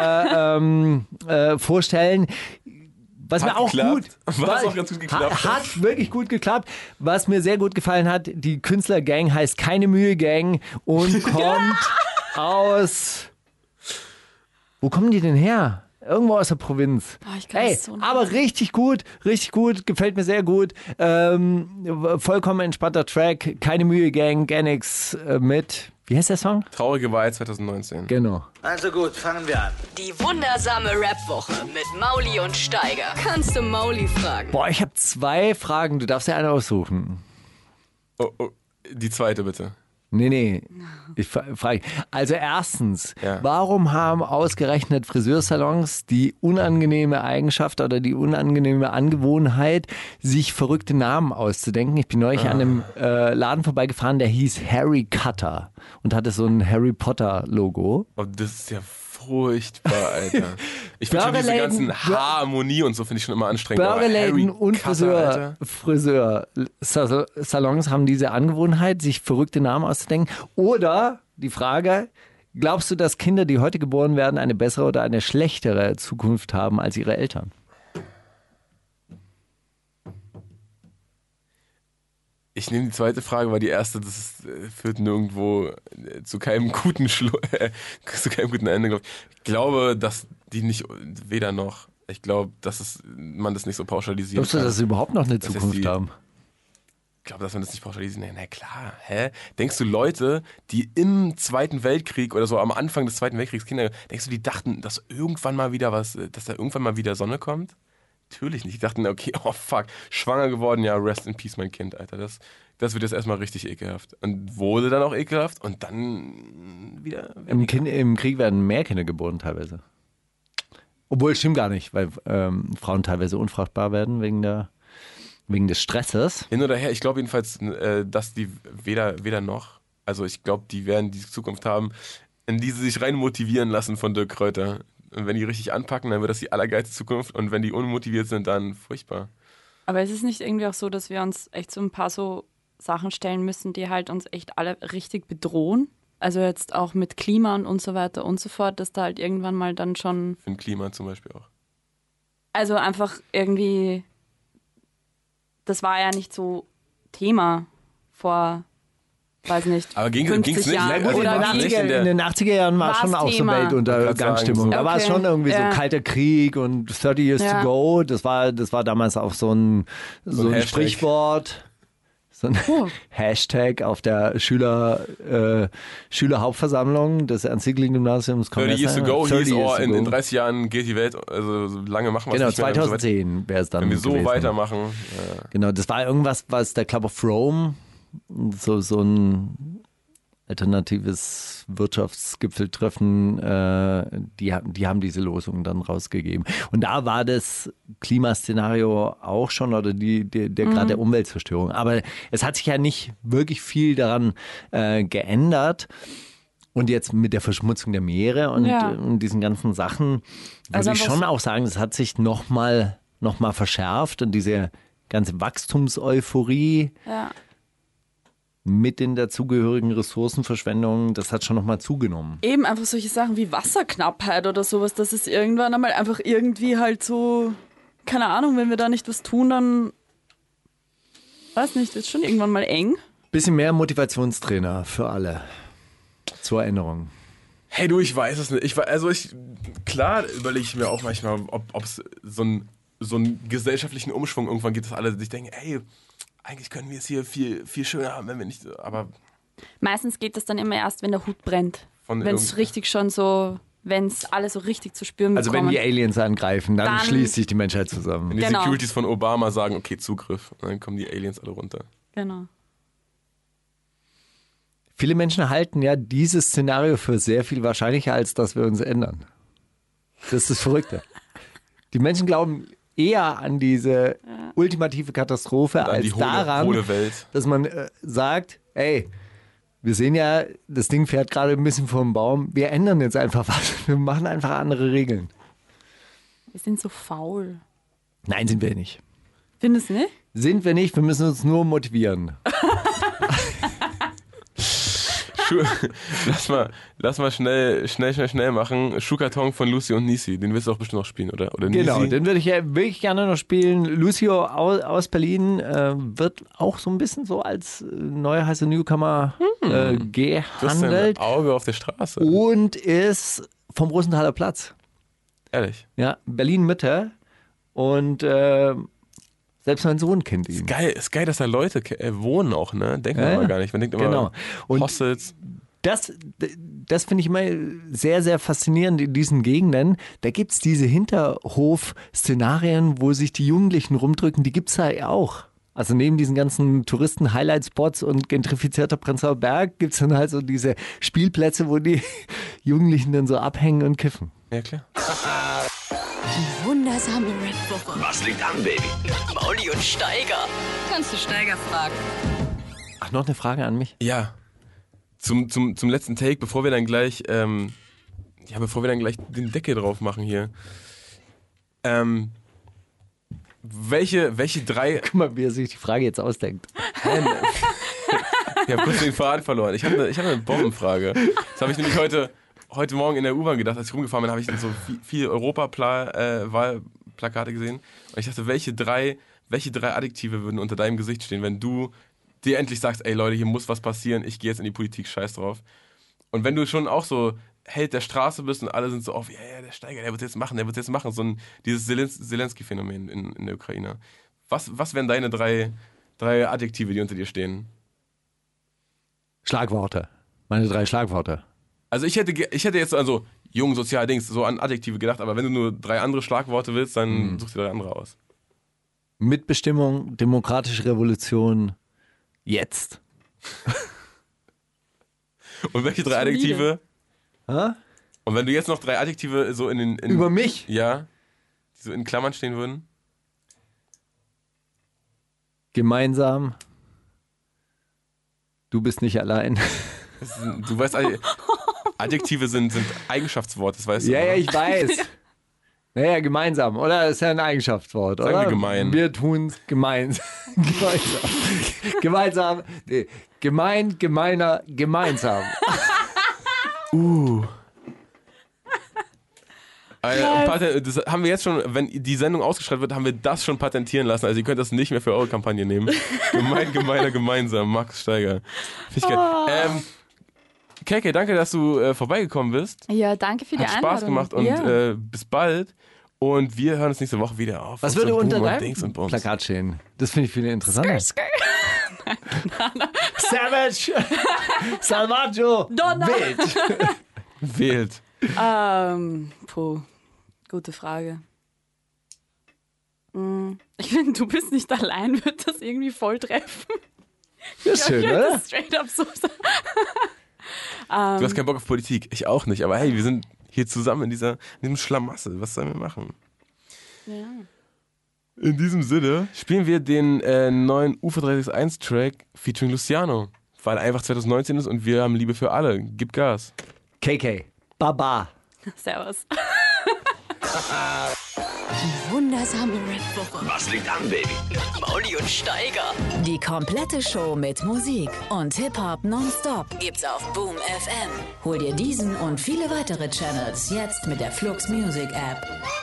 vorstellen. Was mir auch geklappt. gut Was auch ganz gut geklappt. Hat wirklich gut geklappt. Was mir sehr gut gefallen hat, die Künstlergang heißt Keine Mühe Gang und kommt aus... Wo kommen die denn her? Irgendwo aus der Provinz. Ich glaub, so aber richtig gut, gefällt mir sehr gut. Vollkommen entspannter Track, Keine Mühe Gang, Genix mit, wie heißt der Song? Traurige Wahrheit 2019. Genau. Also gut, fangen wir an. Die wundersame Rap-Woche mit Mauli und Steiger. Kannst du Mauli fragen? Boah, ich habe 2 Fragen, du darfst ja eine aussuchen. Oh, die zweite bitte. Nee, ich frage. Also erstens, Ja. Warum haben ausgerechnet Friseursalons die unangenehme Eigenschaft oder die unangenehme Angewohnheit, sich verrückte Namen auszudenken? Ich bin neulich an einem Laden vorbeigefahren, der hieß Harry Cutter und hatte so ein Harry Potter Logo. Oh, das ist ja furchtbar, Alter. Ich finde schon diese ganzen Harmonie und so finde ich schon immer anstrengend. Burgerläden und Cutter, Friseursalons haben diese Angewohnheit, sich verrückte Namen auszudenken. Oder die Frage, glaubst du, dass Kinder, die heute geboren werden, eine bessere oder eine schlechtere Zukunft haben als ihre Eltern? Ich nehme die zweite Frage, weil die erste, führt nirgendwo zu keinem guten zu keinem guten Ende. Ich glaube, dass die nicht weder noch. Ich glaube, dass man das nicht so pauschalisieren Glaubst du, kann. dass sie überhaupt noch eine Das ist Zukunft haben? Ich glaube, dass man das nicht pauschalisieren kann. Na klar, hä? Denkst du, Leute, die im Zweiten Weltkrieg oder so am Anfang des Zweiten Weltkriegs Kinder, denkst du, die dachten, dass irgendwann mal wieder dass da irgendwann mal wieder Sonne kommt? Natürlich nicht. Die dachten, okay, oh fuck, schwanger geworden, ja, rest in peace, mein Kind, Alter. Das wird jetzt erstmal richtig ekelhaft. Und wurde dann auch ekelhaft und dann wieder... Im Krieg werden mehr Kinder geboren teilweise. Obwohl, stimmt gar nicht, weil Frauen teilweise unfruchtbar werden wegen des Stresses. Hin oder her, ich glaube jedenfalls, dass die weder noch, also ich glaube, die werden die Zukunft haben, in die sie sich rein motivieren lassen von Dirk Kräuter. Und wenn die richtig anpacken, dann wird das die allergeilste Zukunft. Und wenn die unmotiviert sind, dann furchtbar. Aber ist es nicht irgendwie auch so, dass wir uns echt so ein paar so Sachen stellen müssen, die halt uns echt alle richtig bedrohen? Also jetzt auch mit Klima und so weiter und so fort, dass da halt irgendwann mal dann schon... Für ein Klima zum Beispiel auch. Also einfach irgendwie... Das war ja nicht so Thema vor... Weiß nicht. Aber ging's 50 nicht? Jahren. Also Oder war wie? nicht in den 80er Jahren war schon auch so Thema. Weltuntergangsstimmung. Da war es Okay. schon irgendwie Ja. so kalter Krieg und 30 Years to go. Das war damals auch so ein Hashtag. Sprichwort. So ein Hashtag auf der Schülerhauptversammlung des Ernst-Siegling-Gymnasiums. 30 Years to go 30 hieß, years to in go. 30 Jahren geht die Welt, also so lange machen wir Genau, es nicht mehr. 2010 wäre es dann Wenn wir so gewesen. weitermachen. Genau, das war irgendwas, was der Club of Rome, so ein alternatives Wirtschaftsgipfeltreffen, die haben diese Losung dann rausgegeben. Und da war das Klimaszenario auch schon, oder gerade der Umweltzerstörung. Aber es hat sich ja nicht wirklich viel daran geändert. Und jetzt mit der Verschmutzung der Meere und diesen ganzen Sachen, würde Also ich schon auch sagen, das hat sich noch mal verschärft und diese ganze Wachstumseuphorie mit den dazugehörigen Ressourcenverschwendungen, das hat schon nochmal zugenommen. Eben einfach solche Sachen wie Wasserknappheit oder sowas, dass es irgendwann einmal einfach irgendwie halt so, keine Ahnung, wenn wir da nicht was tun, dann, weiß nicht, wird schon irgendwann mal eng. Bisschen mehr Motivationstrainer für alle zur Erinnerung. Hey du, ich weiß es nicht. Klar überlege ich mir auch manchmal, ob es so einen gesellschaftlichen Umschwung irgendwann gibt, dass alle sich denken, ey, eigentlich können wir es hier viel, viel schöner haben, wenn wir nicht, aber... Meistens geht das dann immer erst, wenn der Hut brennt. Wenn es richtig schon so, wenn es alle so richtig zu spüren bekommen. Also wenn die Aliens angreifen, dann schließt sich die Menschheit zusammen. Wenn die Securities von Obama sagen, okay, Zugriff, und dann kommen die Aliens alle runter. Genau. Viele Menschen halten ja dieses Szenario für sehr viel wahrscheinlicher, als dass wir uns ändern. Das ist das Verrückte. Die Menschen glauben eher an diese ultimative Katastrophe als die daran, hohle Welt. dass man sagt, ey, wir sehen ja, das Ding fährt gerade ein bisschen vom Baum, wir ändern jetzt einfach was. Wir machen einfach andere Regeln. Wir sind so faul. Nein, sind wir nicht. Findest du nicht? Sind wir nicht, wir müssen uns nur motivieren. Lass mal schnell machen. Schuhkarton von Lucy und Nisi. Den willst du auch bestimmt noch spielen, oder? Genau, Nisi? den würde ich wirklich gerne noch spielen. Lucio aus Berlin wird auch so ein bisschen so als neuer heißer Newcomer gehandelt. Du hast ein Auge auf der Straße. Und ist vom Rosenthaler Platz. Ehrlich? Ja, Berlin-Mitte. Und selbst mein Sohn kennt ihn. Ist geil, dass da Leute wohnen auch, ne? Denkt man aber gar nicht. Man denkt immer, genau. Und Hostels. Das finde ich immer sehr, sehr faszinierend in diesen Gegenden. Da gibt es diese Hinterhof-Szenarien, wo sich die Jugendlichen rumdrücken, die gibt es da auch. Also neben diesen ganzen Touristen-Highlight-Spots und gentrifizierter Prenzlauer Berg gibt es dann halt so diese Spielplätze, wo die Jugendlichen dann so abhängen und kiffen. Ja, klar. Die wundersame Red Woche. Was liegt an, Baby? Mauli und Steiger. Kannst du Steiger fragen? Ach, noch eine Frage an mich? Ja. Zum letzten Take, bevor wir dann gleich den Deckel drauf machen hier. Welche drei... Guck mal, wie er sich die Frage jetzt ausdenkt. Ich habe kurz den Faden verloren. Ich hab eine Bombenfrage. Das habe ich nämlich heute Morgen in der U-Bahn gedacht, als ich rumgefahren bin, habe ich dann so viel Europawahlplakate gesehen. Und ich dachte, welche drei Adjektive würden unter deinem Gesicht stehen, wenn du dir endlich sagst, ey Leute, hier muss was passieren, ich gehe jetzt in die Politik, scheiß drauf. Und wenn du schon auch so Held der Straße bist und alle sind so auf, ja, der Steiger, der wird es jetzt machen, so dieses Zelensky-Phänomen in der Ukraine. Was wären deine drei Adjektive, die unter dir stehen? Schlagworte. Meine 3 Schlagworte. Also ich hätte jetzt also jung, sozial, Dings, so an Adjektive gedacht, aber wenn du nur 3 andere Schlagworte willst, dann such dir 3 andere aus. Mitbestimmung, demokratische Revolution, jetzt. Und welche 3 Adjektive? Hä? Und wenn du jetzt noch 3 Adjektive so über mich? Ja, die so in Klammern stehen würden? Gemeinsam. Du bist nicht allein. Du weißt, Adjektive sind Eigenschaftsworte, das weißt du. Ja, ich weiß. Naja, gemeinsam, oder? Das ist ja ein Eigenschaftswort, Sagen oder? wir gemein. Wir tun's gemeinsam. Gemeinsam. Nee. Gemeiner, gemeinsam. Das haben wir jetzt schon, wenn die Sendung ausgestrahlt wird, haben wir das schon patentieren lassen. Also ihr könnt das nicht mehr für eure Kampagne nehmen. Gemeiner, gemeinsam. Max Steiger. Finde ich geil. KK, danke, dass du vorbeigekommen bist. Ja, danke für die Hat Einladung. Spaß gemacht und bis bald. Und wir hören uns nächste Woche wieder auf. Was würde unter deinem Dings und Bums. Plakat stehen? Das finde ich viel interessanter. Savage! Salvaggio! Donner! Wählt. Gute Frage. Ich finde, du bist nicht allein, wird das irgendwie voll treffen. Das ist schön, oder? Das straight up so. Du hast keinen Bock auf Politik. Ich auch nicht. Aber hey, wir sind hier zusammen in diesem Schlamassel. Was sollen wir machen? Ja. In diesem Sinne spielen wir den neuen UFO 361 Track featuring Luciano. Weil einfach 2019 ist und wir haben Liebe für alle. Gib Gas. KK. Baba. Servus. Die wundersame Red Woche. Was liegt an, Baby? Mauli und Steiger. Die komplette Show mit Musik und Hip-Hop nonstop gibt's auf Boom FM. Hol dir diesen und viele weitere Channels jetzt mit der Flux Music App.